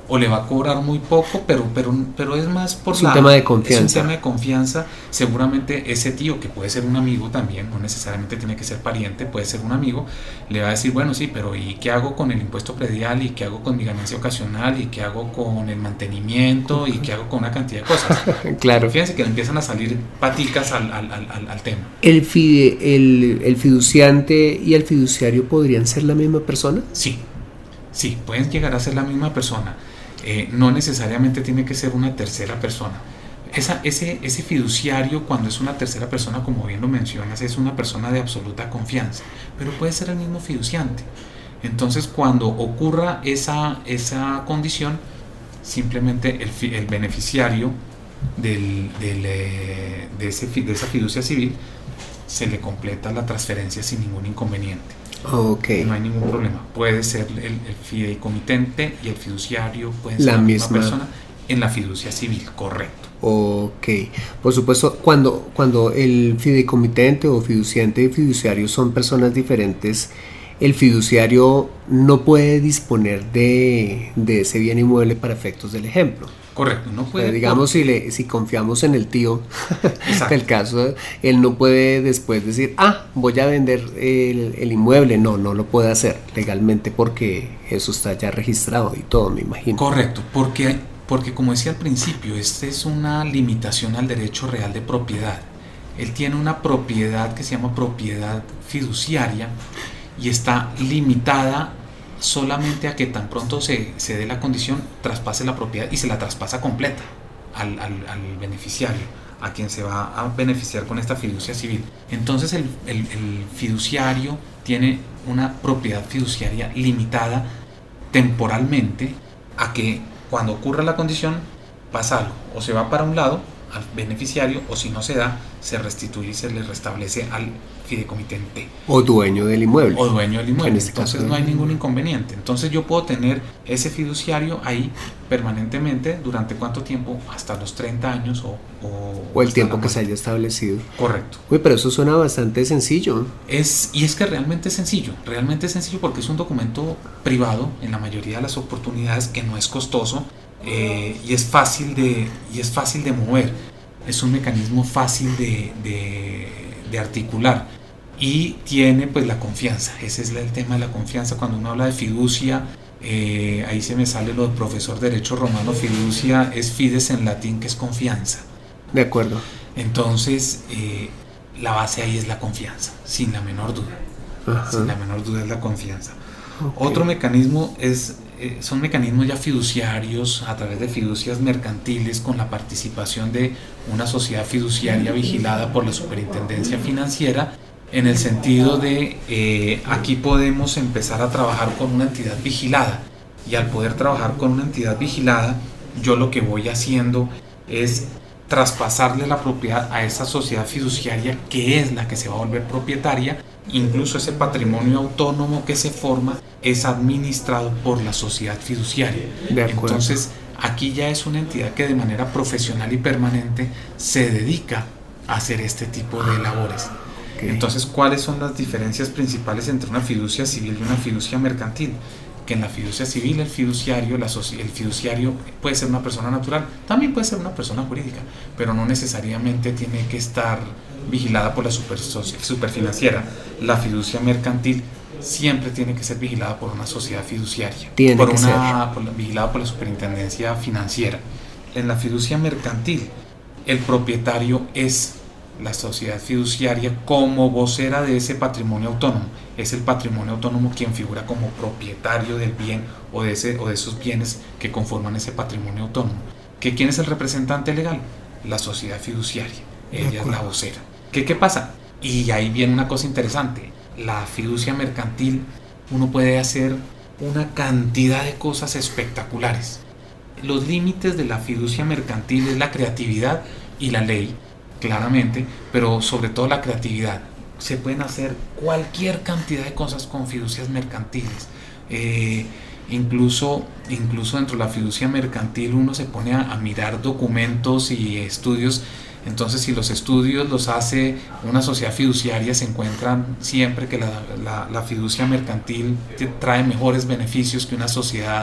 o le va a cobrar muy poco, pero, pero, pero es más por es la... un tema de confianza. Es un tema de confianza. Seguramente ese tío, que puede ser un amigo también, no necesariamente tiene que ser pariente, puede ser un amigo, le va a decir, bueno, sí, pero ¿y qué hago con el impuesto predial? ¿Y qué hago con mi ganancia ocasional? ¿Y qué hago con el mantenimiento? ¿Y qué hago con una cantidad de cosas? Claro. Fíjense que empiezan a salir paticas al, al, al, al tema. ¿El, fide, el, ¿El fiduciante y el fiduciario podrían ser la misma persona? Sí, sí, pueden llegar a ser la misma persona. Eh, no necesariamente tiene que ser una tercera persona. Esa, ese, ese fiduciario, cuando es una tercera persona, como bien lo mencionas, es una persona de absoluta confianza, pero puede ser el mismo fiduciante. Entonces, cuando ocurra esa, esa condición, simplemente el, el beneficiario del, del, eh, de, ese, de esa fiducia civil se le completa la transferencia sin ningún inconveniente. Okay. No hay ningún problema. Puede ser el, el fideicomitente y el fiduciario pueden ser la, la misma. misma persona en la fiducia civil, correcto. Ok, por supuesto, cuando, cuando el fideicomitente o fiduciante y fiduciario son personas diferentes, el fiduciario no puede disponer de, de ese bien inmueble para efectos del ejemplo. Correcto, no puede. O sea, digamos, porque... si, le, si confiamos en el tío del caso, él no puede después decir, ah, voy a vender el, el inmueble. No, no lo puede hacer legalmente porque eso está ya registrado y todo, me imagino. Correcto, porque, porque como decía al principio, esta es una limitación al derecho real de propiedad. Él tiene una propiedad que se llama propiedad fiduciaria y está limitada solamente a que tan pronto se, se dé la condición, traspase la propiedad y se la traspasa completa al, al, al beneficiario, a quien se va a beneficiar con esta fiducia civil. Entonces el, el, el fiduciario tiene una propiedad fiduciaria limitada temporalmente a que cuando ocurra la condición pasa algo, o se va para un lado al beneficiario, o si no se da, se restituye y se le restablece al fideicomitente o dueño del inmueble o dueño del inmueble. Este entonces caso, no hay ningún inconveniente. Entonces yo puedo tener ese fiduciario ahí permanentemente. ¿Durante cuánto tiempo? Hasta los treinta años o, o, o el tiempo que se haya establecido. Correcto. Uy, pero eso suena bastante sencillo. Es, y es que realmente es sencillo, realmente es sencillo porque es un documento privado en la mayoría de las oportunidades, que no es costoso eh, y es fácil de y es fácil de mover. Es un mecanismo fácil de, de, de articular. Y tiene pues la confianza. Ese es el tema de la confianza. Cuando uno habla de fiducia, eh, ahí se me sale lo de profesor de derecho romano. Fiducia es fides en latín, que es confianza. De acuerdo. Entonces eh, la base ahí es la confianza, sin la menor duda. Ajá. Sin la menor duda es la confianza. Okay. Otro mecanismo es eh, son mecanismos ya fiduciarios a través de fiducias mercantiles con la participación de una sociedad fiduciaria vigilada por la Superintendencia Financiera, en el sentido de eh, aquí podemos empezar a trabajar con una entidad vigilada, y al poder trabajar con una entidad vigilada, yo lo que voy haciendo es traspasarle la propiedad a esa sociedad fiduciaria, que es la que se va a volver propietaria. Incluso ese patrimonio autónomo que se forma es administrado por la sociedad fiduciaria. Entonces aquí ya es una entidad que de manera profesional y permanente se dedica a hacer este tipo de labores. Okay. Entonces, ¿cuáles son las diferencias principales entre una fiducia civil y una fiducia mercantil? Que en la fiducia civil el fiduciario, la el fiduciario puede ser una persona natural, también puede ser una persona jurídica, pero no necesariamente tiene que estar vigilada por la super, superfinanciera. La fiducia mercantil siempre tiene que ser vigilada por una sociedad fiduciaria, tiene por que una, ser. Por la, vigilada por la superintendencia financiera. En la fiducia mercantil, el propietario es la sociedad fiduciaria como vocera de ese patrimonio autónomo. Es el patrimonio autónomo quien figura como propietario del bien o de, ese, o de esos bienes que conforman ese patrimonio autónomo. ¿Que ¿Quién es el representante legal? La sociedad fiduciaria. Ella es la vocera. ¿Qué, ¿Qué pasa? Y ahí viene una cosa interesante. La fiducia mercantil, uno puede hacer una cantidad de cosas espectaculares. Los límites de la fiducia mercantil es la creatividad y la ley, claramente, pero sobre todo la creatividad. Se pueden hacer cualquier cantidad de cosas con fiducias mercantiles. Eh, incluso, incluso dentro de la fiducia mercantil uno se pone a, a mirar documentos y estudios. Entonces, si los estudios los hace una sociedad fiduciaria, se encuentran siempre que la, la, la fiducia mercantil trae mejores beneficios que una sociedad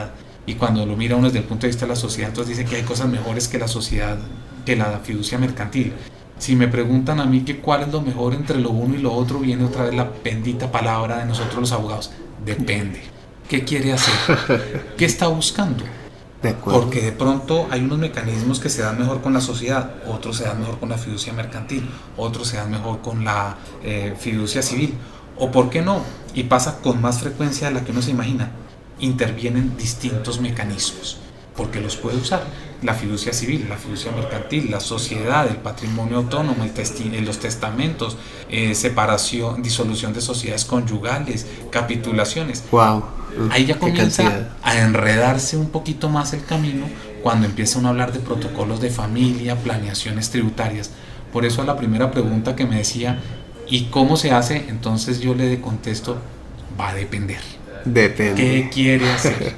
y cuando lo mira uno desde el punto de vista de la sociedad, entonces dice que hay cosas mejores que la sociedad, que la fiducia mercantil. Si me preguntan a mí que cuál es lo mejor entre lo uno y lo otro, viene otra vez la bendita palabra de nosotros los abogados: depende. ¿Qué quiere hacer? ¿Qué está buscando? De acuerdo. Porque de pronto hay unos mecanismos que se dan mejor con la sociedad, otros se dan mejor con la fiducia mercantil, otros se dan mejor con la eh, fiducia civil, o por qué no, y pasa con más frecuencia de la que uno se imagina, intervienen distintos mecanismos, porque los puede usar la fiducia civil, la fiducia mercantil, la sociedad, el patrimonio autónomo, el testi- los testamentos, eh, separación, disolución de sociedades conyugales, capitulaciones. Wow. Ahí ya comienza cantidad. a enredarse un poquito más el camino cuando empieza uno a hablar de protocolos de familia, planeaciones tributarias. Por eso a la primera pregunta que me decía, ¿y cómo se hace? Entonces yo le contesto, va a depender. Depende. ¿Qué quiere hacer?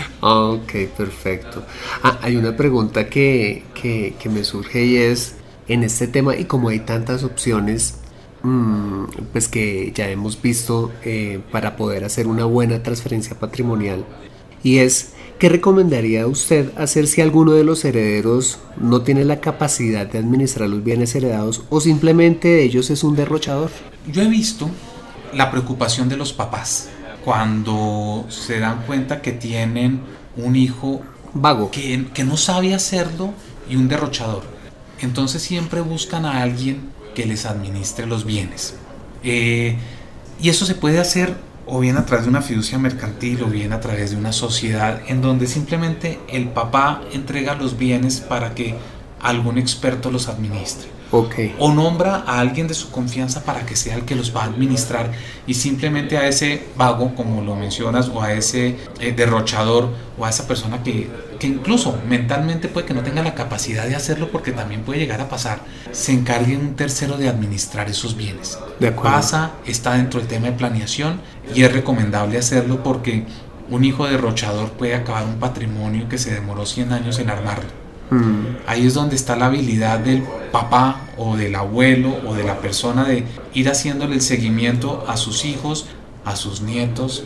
Ok, perfecto. Ah, hay una pregunta que, que, que me surge y es, en este tema, y como hay tantas opciones, mmm, pues que ya hemos visto eh, para poder hacer una buena transferencia patrimonial, y es, ¿qué recomendaría usted hacer si alguno de los herederos no tiene la capacidad de administrar los bienes heredados o simplemente ellos es un derrochador? Yo he visto la preocupación de los papás cuando se dan cuenta que tienen un hijo vago, que, que no sabe hacerlo y un derrochador. Entonces siempre buscan a alguien que les administre los bienes. Eh, y eso se puede hacer o bien a través de una fiducia mercantil o bien a través de una sociedad en donde simplemente el papá entrega los bienes para que algún experto los administre. Okay. O nombra a alguien de su confianza para que sea el que los va a administrar, y simplemente a ese vago, como lo mencionas, o a ese eh, derrochador, o a esa persona que, que incluso mentalmente puede que no tenga la capacidad de hacerlo, porque también puede llegar a pasar, se encargue un tercero de administrar esos bienes. De acuerdo. Pasa, está dentro del tema de planeación y es recomendable hacerlo, porque un hijo derrochador puede acabar un patrimonio que se demoró cien años en armarlo. Ahí es donde está la habilidad del papá o del abuelo o de la persona de ir haciéndole el seguimiento a sus hijos, a sus nietos,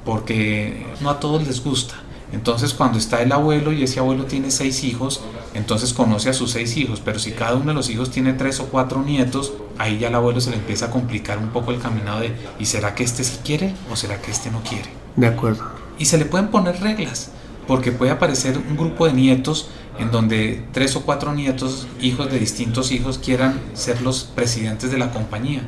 porque no a todos les gusta. Entonces cuando está el abuelo y ese abuelo tiene seis hijos, entonces conoce a sus seis hijos, pero si cada uno de los hijos tiene tres o cuatro nietos, ahí ya al abuelo se le empieza a complicar un poco el caminado de ¿y será que este sí quiere o será que este no quiere? De acuerdo. Y se le pueden poner reglas, porque puede aparecer un grupo de nietos en donde tres o cuatro nietos, hijos de distintos hijos, quieran ser los presidentes de la compañía.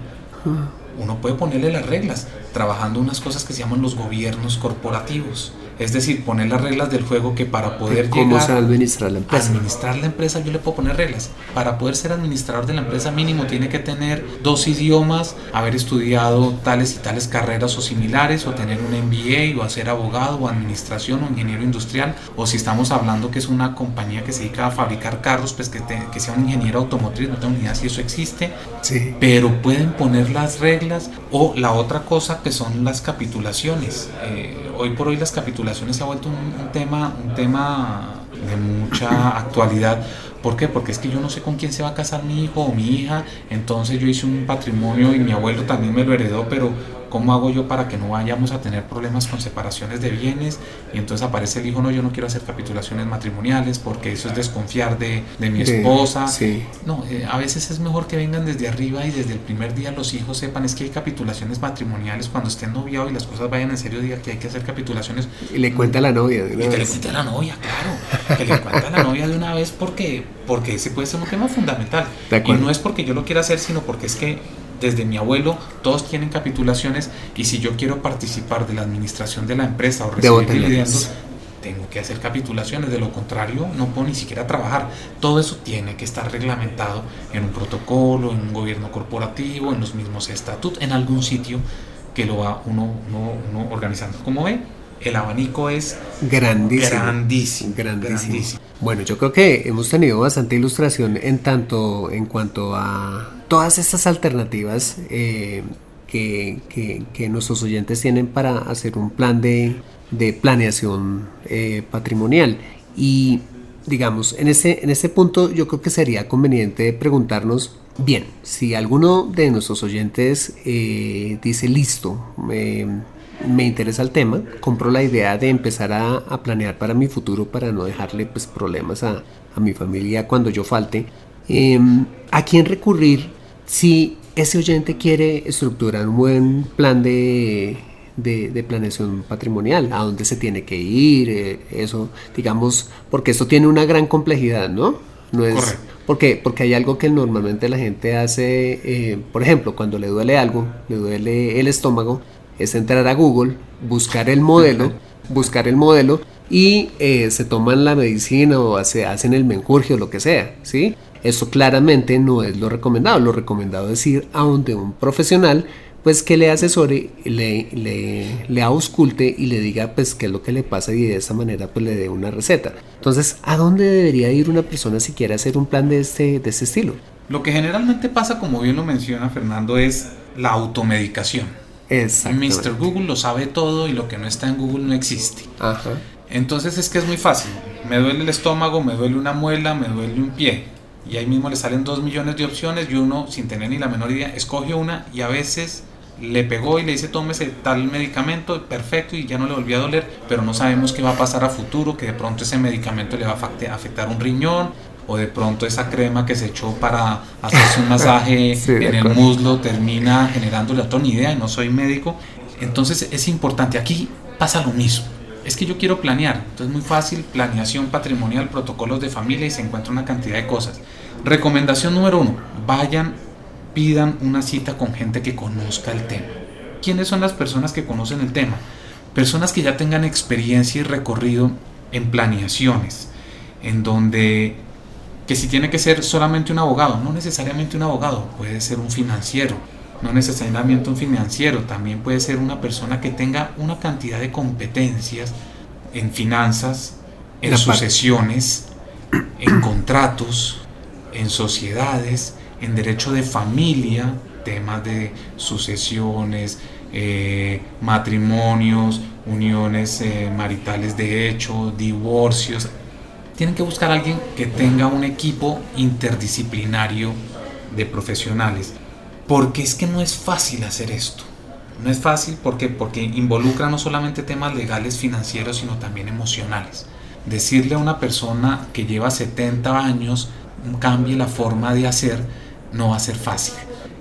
Uno puede ponerle las reglas, trabajando unas cosas que se llaman los gobiernos corporativos. Es decir, poner las reglas del juego, que para poder ¿Cómo llegar se administrar la empresa? administrar la empresa, yo le puedo poner reglas. Para poder ser administrador de la empresa, mínimo tiene que tener dos idiomas, haber estudiado tales y tales carreras o similares, o tener un M B A, o ser abogado, o administración, o ingeniero industrial, o si estamos hablando que es una compañía que se dedica a fabricar carros, pues que, te, que sea un ingeniero automotriz. No tengo ni idea si eso existe, sí. Pero pueden poner las reglas. O la otra cosa, que son las capitulaciones. Eh, hoy por hoy las capitulaciones se ha vuelto un, un tema un tema de mucha actualidad. ¿Por qué? Porque es que yo no sé con quién se va a casar mi hijo o mi hija, entonces yo hice un patrimonio y mi abuelo también me lo heredó, pero ¿cómo hago yo para que no vayamos a tener problemas con separaciones de bienes? Y entonces aparece el hijo, no, yo no quiero hacer capitulaciones matrimoniales porque eso es desconfiar de, de mi esposa. Sí. No, eh, a veces es mejor que vengan desde arriba y desde el primer día los hijos sepan, es que hay capitulaciones matrimoniales cuando estén noviados y las cosas vayan en serio, diga que hay que hacer capitulaciones. Y le cuenta a la novia de una Y que vez. le cuente a la novia, claro, que le cuente a la novia de una vez, porque, porque ese puede ser un tema fundamental. Y no es porque yo lo quiera hacer, sino porque es que desde mi abuelo todos tienen capitulaciones, y si yo quiero participar de la administración de la empresa o recibir dividendos, tengo que hacer capitulaciones, de lo contrario no puedo ni siquiera trabajar. Todo eso tiene que estar reglamentado en un protocolo, en un gobierno corporativo, en los mismos estatutos, en algún sitio que lo va uno, uno, uno organizando. Como ve, el abanico es grandísimo, grandísimo, grandísimo. grandísimo. Bueno, yo creo que hemos tenido bastante ilustración en tanto en cuanto a todas estas alternativas eh, que, que, que nuestros oyentes tienen para hacer un plan de, de planeación eh, patrimonial. Y digamos, en ese, en ese punto yo creo que sería conveniente preguntarnos, bien, si alguno de nuestros oyentes eh, dice listo, eh, me interesa el tema, compro la idea de empezar a, a planear para mi futuro, para no dejarle pues problemas a, a mi familia cuando yo falte. Eh, ¿A quién recurrir si ese oyente quiere estructurar un buen plan de, de, de planeación patrimonial? ¿A dónde se tiene que ir? Eh, eso, digamos, porque esto tiene una gran complejidad, ¿no? No es, Correcto. Porque, porque hay algo que normalmente la gente hace, eh, por ejemplo, cuando le duele algo, le duele el estómago, es entrar a Google, buscar el modelo, buscar el modelo y eh, se toman la medicina o hace, hacen el menjurje o lo que sea, ¿sí? Eso claramente no es lo recomendado. Lo recomendado es ir a donde un profesional pues que le asesore, le, le, le ausculte y le diga pues qué es lo que le pasa y de esa manera pues le dé una receta. Entonces, ¿a dónde debería ir una persona si quiere hacer un plan de este, de este estilo? Lo que generalmente pasa, como bien lo menciona Fernando, es la automedicación. Exactamente. míster Google lo sabe todo y lo que no está en Google no existe. Ajá. Entonces es que es muy fácil. Me duele el estómago, me duele una muela, me duele un pie. Y ahí mismo le salen dos millones de opciones y uno, sin tener ni la menor idea, escoge una y a veces le pegó y le dice tómese tal medicamento, perfecto, y ya no le volvió a doler, pero no sabemos qué va a pasar a futuro, que de pronto ese medicamento le va a afectar un riñón, o de pronto esa crema que se echó para hacerse un masaje sí, en el muslo termina generándole otra idea, y no soy médico. Entonces es importante, aquí pasa lo mismo. Es que yo quiero planear, entonces muy fácil, planeación patrimonial, protocolos de familia y se encuentra una cantidad de cosas. Recomendación número uno, vayan, pidan una cita con gente que conozca el tema. ¿Quiénes son las personas que conocen el tema? Personas que ya tengan experiencia y recorrido en planeaciones, en donde, que si tiene que ser solamente un abogado, no necesariamente un abogado, puede ser un financiero, no necesariamente un financiero, también puede ser una persona que tenga una cantidad de competencias en finanzas, en sucesiones, en contratos, en sociedades, en derecho de familia, temas de sucesiones, eh, matrimonios, uniones eh, maritales de hecho, divorcios. Tienen que buscar a alguien que tenga un equipo interdisciplinario de profesionales. Porque es que no es fácil hacer esto. No es fácil porque, porque involucra no solamente temas legales, financieros, sino también emocionales. Decirle a una persona que lleva setenta años cambie la forma de hacer no va a ser fácil.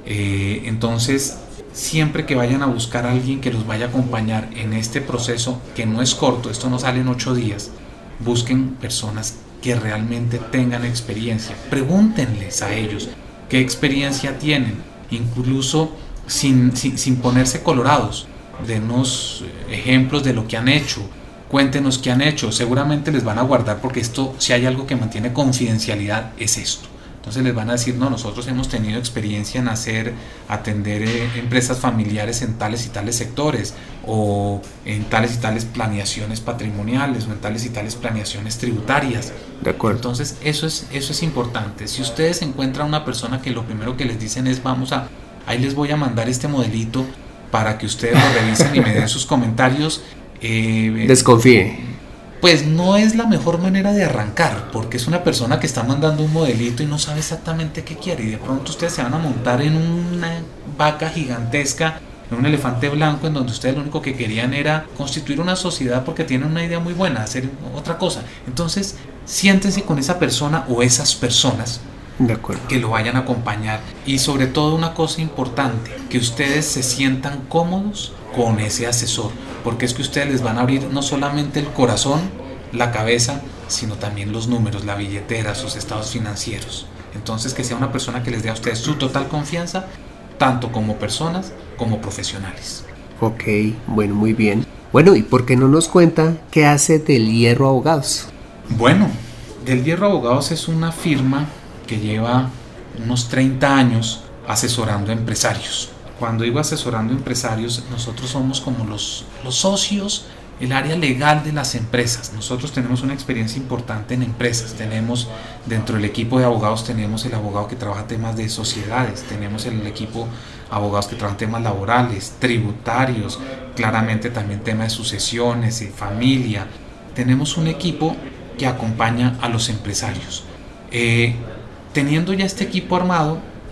Eh, entonces, siempre que vayan a buscar a alguien que los vaya a acompañar en este proceso, que no es corto, esto no sale en ocho días, busquen personas que realmente tengan experiencia. Pregúntenles a ellos qué experiencia tienen, incluso sin, sin, sin ponerse colorados. Denos ejemplos de lo que han hecho, cuéntenos qué han hecho. Seguramente les van a guardar, porque esto, si hay algo que mantiene confidencialidad, es esto. Entonces les van a decir, no, nosotros hemos tenido experiencia en hacer, atender eh, empresas familiares en tales y tales sectores, o en tales y tales planeaciones patrimoniales, o en tales y tales planeaciones tributarias. De acuerdo. Entonces eso es, eso es importante. Si ustedes encuentran una persona que lo primero que les dicen es, vamos a, ahí les voy a mandar este modelito para que ustedes lo revisen y me den sus comentarios. Eh, Desconfíe. Pues no es la mejor manera de arrancar, porque es una persona que está mandando un modelito y no sabe exactamente qué quiere, y de pronto ustedes se van a montar en una vaca gigantesca, en un elefante blanco, en donde ustedes lo único que querían era constituir una sociedad porque tienen una idea muy buena, hacer otra cosa. Entonces siéntense con esa persona o esas personas de acuerdo, que lo vayan a acompañar, y sobre todo una cosa importante, que ustedes se sientan cómodos con ese asesor, porque es que ustedes les van a abrir no solamente el corazón, la cabeza, sino también los números, la billetera, sus estados financieros. Entonces, que sea una persona que les dé a ustedes su total confianza, tanto como personas como profesionales. Ok, bueno, muy bien. Bueno, ¿y por qué no nos cuenta qué hace Del Hierro Abogados? Bueno, Del Hierro Abogados es una firma que lleva unos treinta años asesorando a empresarios. Cuando digo asesorando empresarios, nosotros somos como los, los socios, el área legal de las empresas. Nosotros tenemos una experiencia importante en empresas. Tenemos dentro del equipo de abogados, tenemos el abogado que trabaja temas de sociedades, tenemos el equipo de abogados que trabajan temas laborales, tributarios, claramente también temas de sucesiones y familia. Tenemos un equipo que acompaña a los empresarios. Eh, teniendo ya este equipo armado,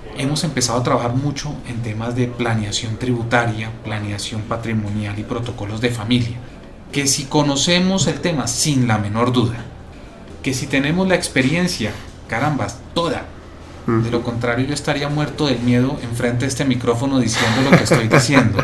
hemos empezado a trabajar mucho en temas de planeación tributaria, planeación patrimonial y protocolos de familia. Que si conocemos el tema sin la menor duda, que si tenemos la experiencia, carambas, toda. De lo contrario, yo estaría muerto del miedo enfrente de este micrófono diciendo lo que estoy diciendo.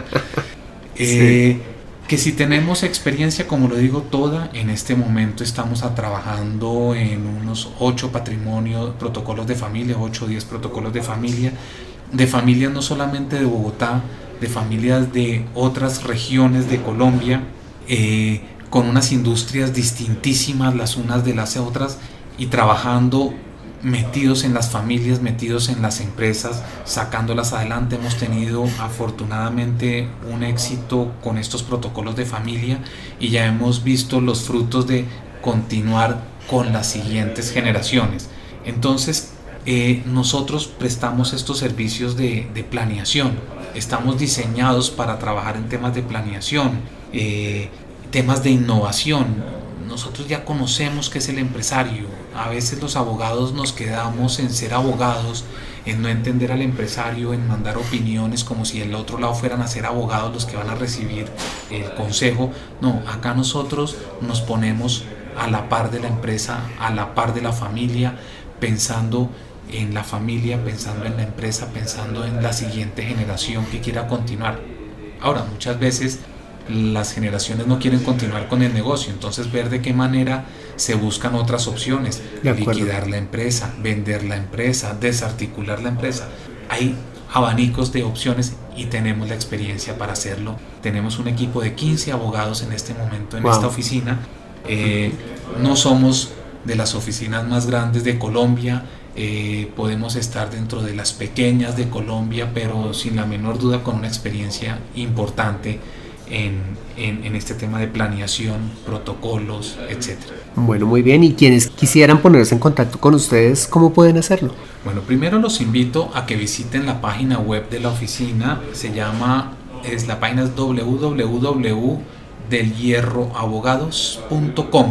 eh, sí. Que si tenemos experiencia, como lo digo, toda, en este momento estamos a trabajando en unos ocho patrimonios, protocolos de familia, ocho o diez protocolos de familia, de familias no solamente de Bogotá, de familias de otras regiones de Colombia, eh, con unas industrias distintísimas las unas de las otras, y trabajando metidos en las familias, metidos en las empresas, sacándolas adelante. Hemos tenido afortunadamente un éxito con estos protocolos de familia y ya hemos visto los frutos de continuar con las siguientes generaciones. Entonces, eh, nosotros prestamos estos servicios de, de planeación, estamos diseñados para trabajar en temas de planeación, eh, temas de innovación. Nosotros ya conocemos qué es el empresario. A veces los abogados nos quedamos en ser abogados, en no entender al empresario, en mandar opiniones como si el otro lado fueran a ser abogados los que van a recibir el consejo. No, acá nosotros nos ponemos a la par de la empresa, a la par de la familia, pensando en la familia, pensando en la empresa, pensando en la siguiente generación que quiera continuar. Ahora, muchas veces las generaciones no quieren continuar con el negocio, entonces ver de qué manera se buscan otras opciones, liquidar la empresa, vender la empresa, desarticular la empresa. Hay abanicos de opciones y tenemos la experiencia para hacerlo. Tenemos un equipo de quince abogados en este momento en wow. esta oficina. Eh, no somos de las oficinas más grandes de Colombia, eh, podemos estar dentro de las pequeñas de Colombia, pero sin la menor duda con una experiencia importante En, en, en este tema de planeación, protocolos, etcétera. Bueno, muy bien. ¿Y quienes quisieran ponerse en contacto con ustedes, cómo pueden hacerlo? Bueno, primero los invito a que visiten la página web de la oficina. Se llama, es la página es doble u doble u doble u punto del hierro abogados punto com,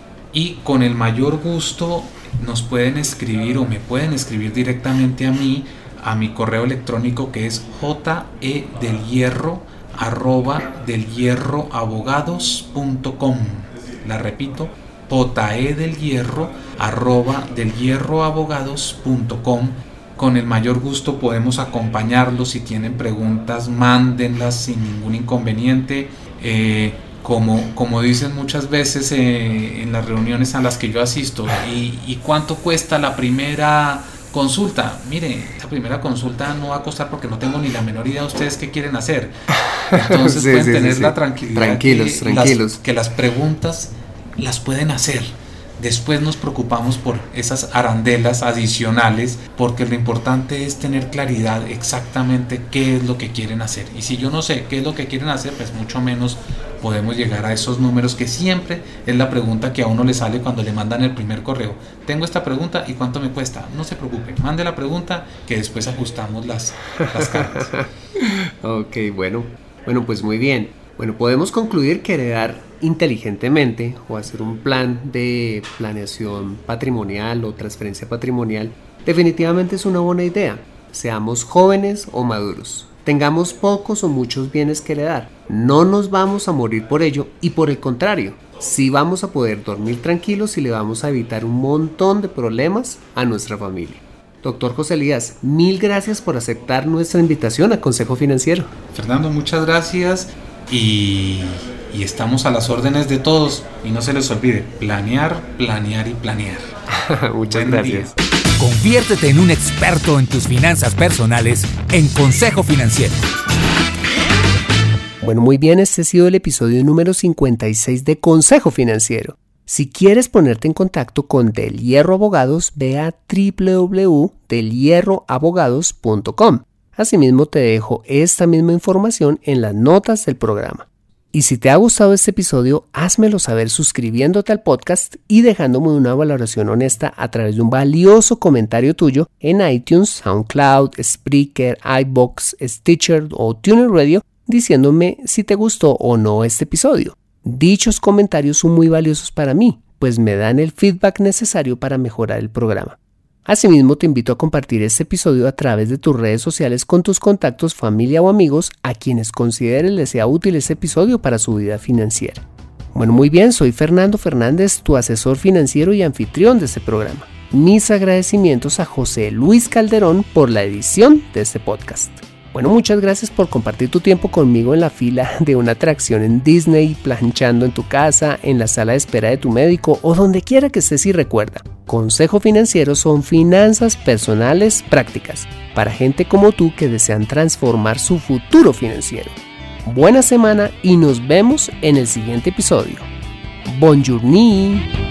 y con el mayor gusto nos pueden escribir o me pueden escribir directamente a mí, a mi correo electrónico que es jedelhierro arroba del hierro abogados punto com. La repito, jedelhierro arroba del hierro abogados punto com. Con el mayor gusto podemos acompañarlos. Si tienen preguntas, mándenlas sin ningún inconveniente. Eh, como, como dicen muchas veces eh, en las reuniones a las que yo asisto, ¿y, y cuánto cuesta la primera consulta? Mire, esa primera consulta no va a costar porque no tengo ni la menor idea de ustedes qué quieren hacer. Entonces sí, pueden sí, tener sí, la tranquilidad tranquilos, que, tranquilos. Las, que las preguntas las pueden hacer. Después nos preocupamos por esas arandelas adicionales, porque lo importante es tener claridad exactamente qué es lo que quieren hacer. Y si yo no sé qué es lo que quieren hacer, pues mucho menos podemos llegar a esos números, que siempre es la pregunta que a uno le sale cuando le mandan el primer correo. Tengo esta pregunta y cuánto me cuesta. No se preocupe, mande la pregunta que después ajustamos las, las cartas. Ok, bueno, bueno, pues muy bien. Bueno, podemos concluir que heredar inteligentemente o hacer un plan de planeación patrimonial o transferencia patrimonial definitivamente es una buena idea. Seamos jóvenes o maduros, tengamos pocos o muchos bienes que heredar, no nos vamos a morir por ello, y por el contrario, sí vamos a poder dormir tranquilos y le vamos a evitar un montón de problemas a nuestra familia. Doctor José Elías, mil gracias por aceptar nuestra invitación a Consejo Financiero. Fernando, muchas gracias. Y, y estamos a las órdenes de todos, y no se les olvide planear, planear y planear. Muchas Buen gracias. Día. Conviértete en un experto en tus finanzas personales en Consejo Financiero. Bueno, muy bien, este ha sido el episodio número cincuenta y seis de Consejo Financiero. Si quieres ponerte en contacto con Del Hierro Abogados, ve a doble u doble u doble u punto del hierro abogados punto com. Asimismo, te dejo esta misma información en las notas del programa. Y si te ha gustado este episodio, házmelo saber suscribiéndote al podcast y dejándome una valoración honesta a través de un valioso comentario tuyo en iTunes, SoundCloud, Spreaker, iVoox, Stitcher o TuneIn Radio, diciéndome si te gustó o no este episodio. Dichos comentarios son muy valiosos para mí, pues me dan el feedback necesario para mejorar el programa. Asimismo, te invito a compartir este episodio a través de tus redes sociales con tus contactos, familia o amigos a quienes consideres les sea útil este episodio para su vida financiera. Bueno, muy bien, soy Fernando Fernández, tu asesor financiero y anfitrión de este programa. Mis agradecimientos a José Luis Calderón por la edición de este podcast. Bueno, muchas gracias por compartir tu tiempo conmigo en la fila de una atracción en Disney, planchando en tu casa, en la sala de espera de tu médico o donde quiera que estés. Y recuerda, Consejo Financiero son finanzas personales prácticas para gente como tú que desean transformar su futuro financiero. Buena semana y nos vemos en el siguiente episodio. Bonjourni.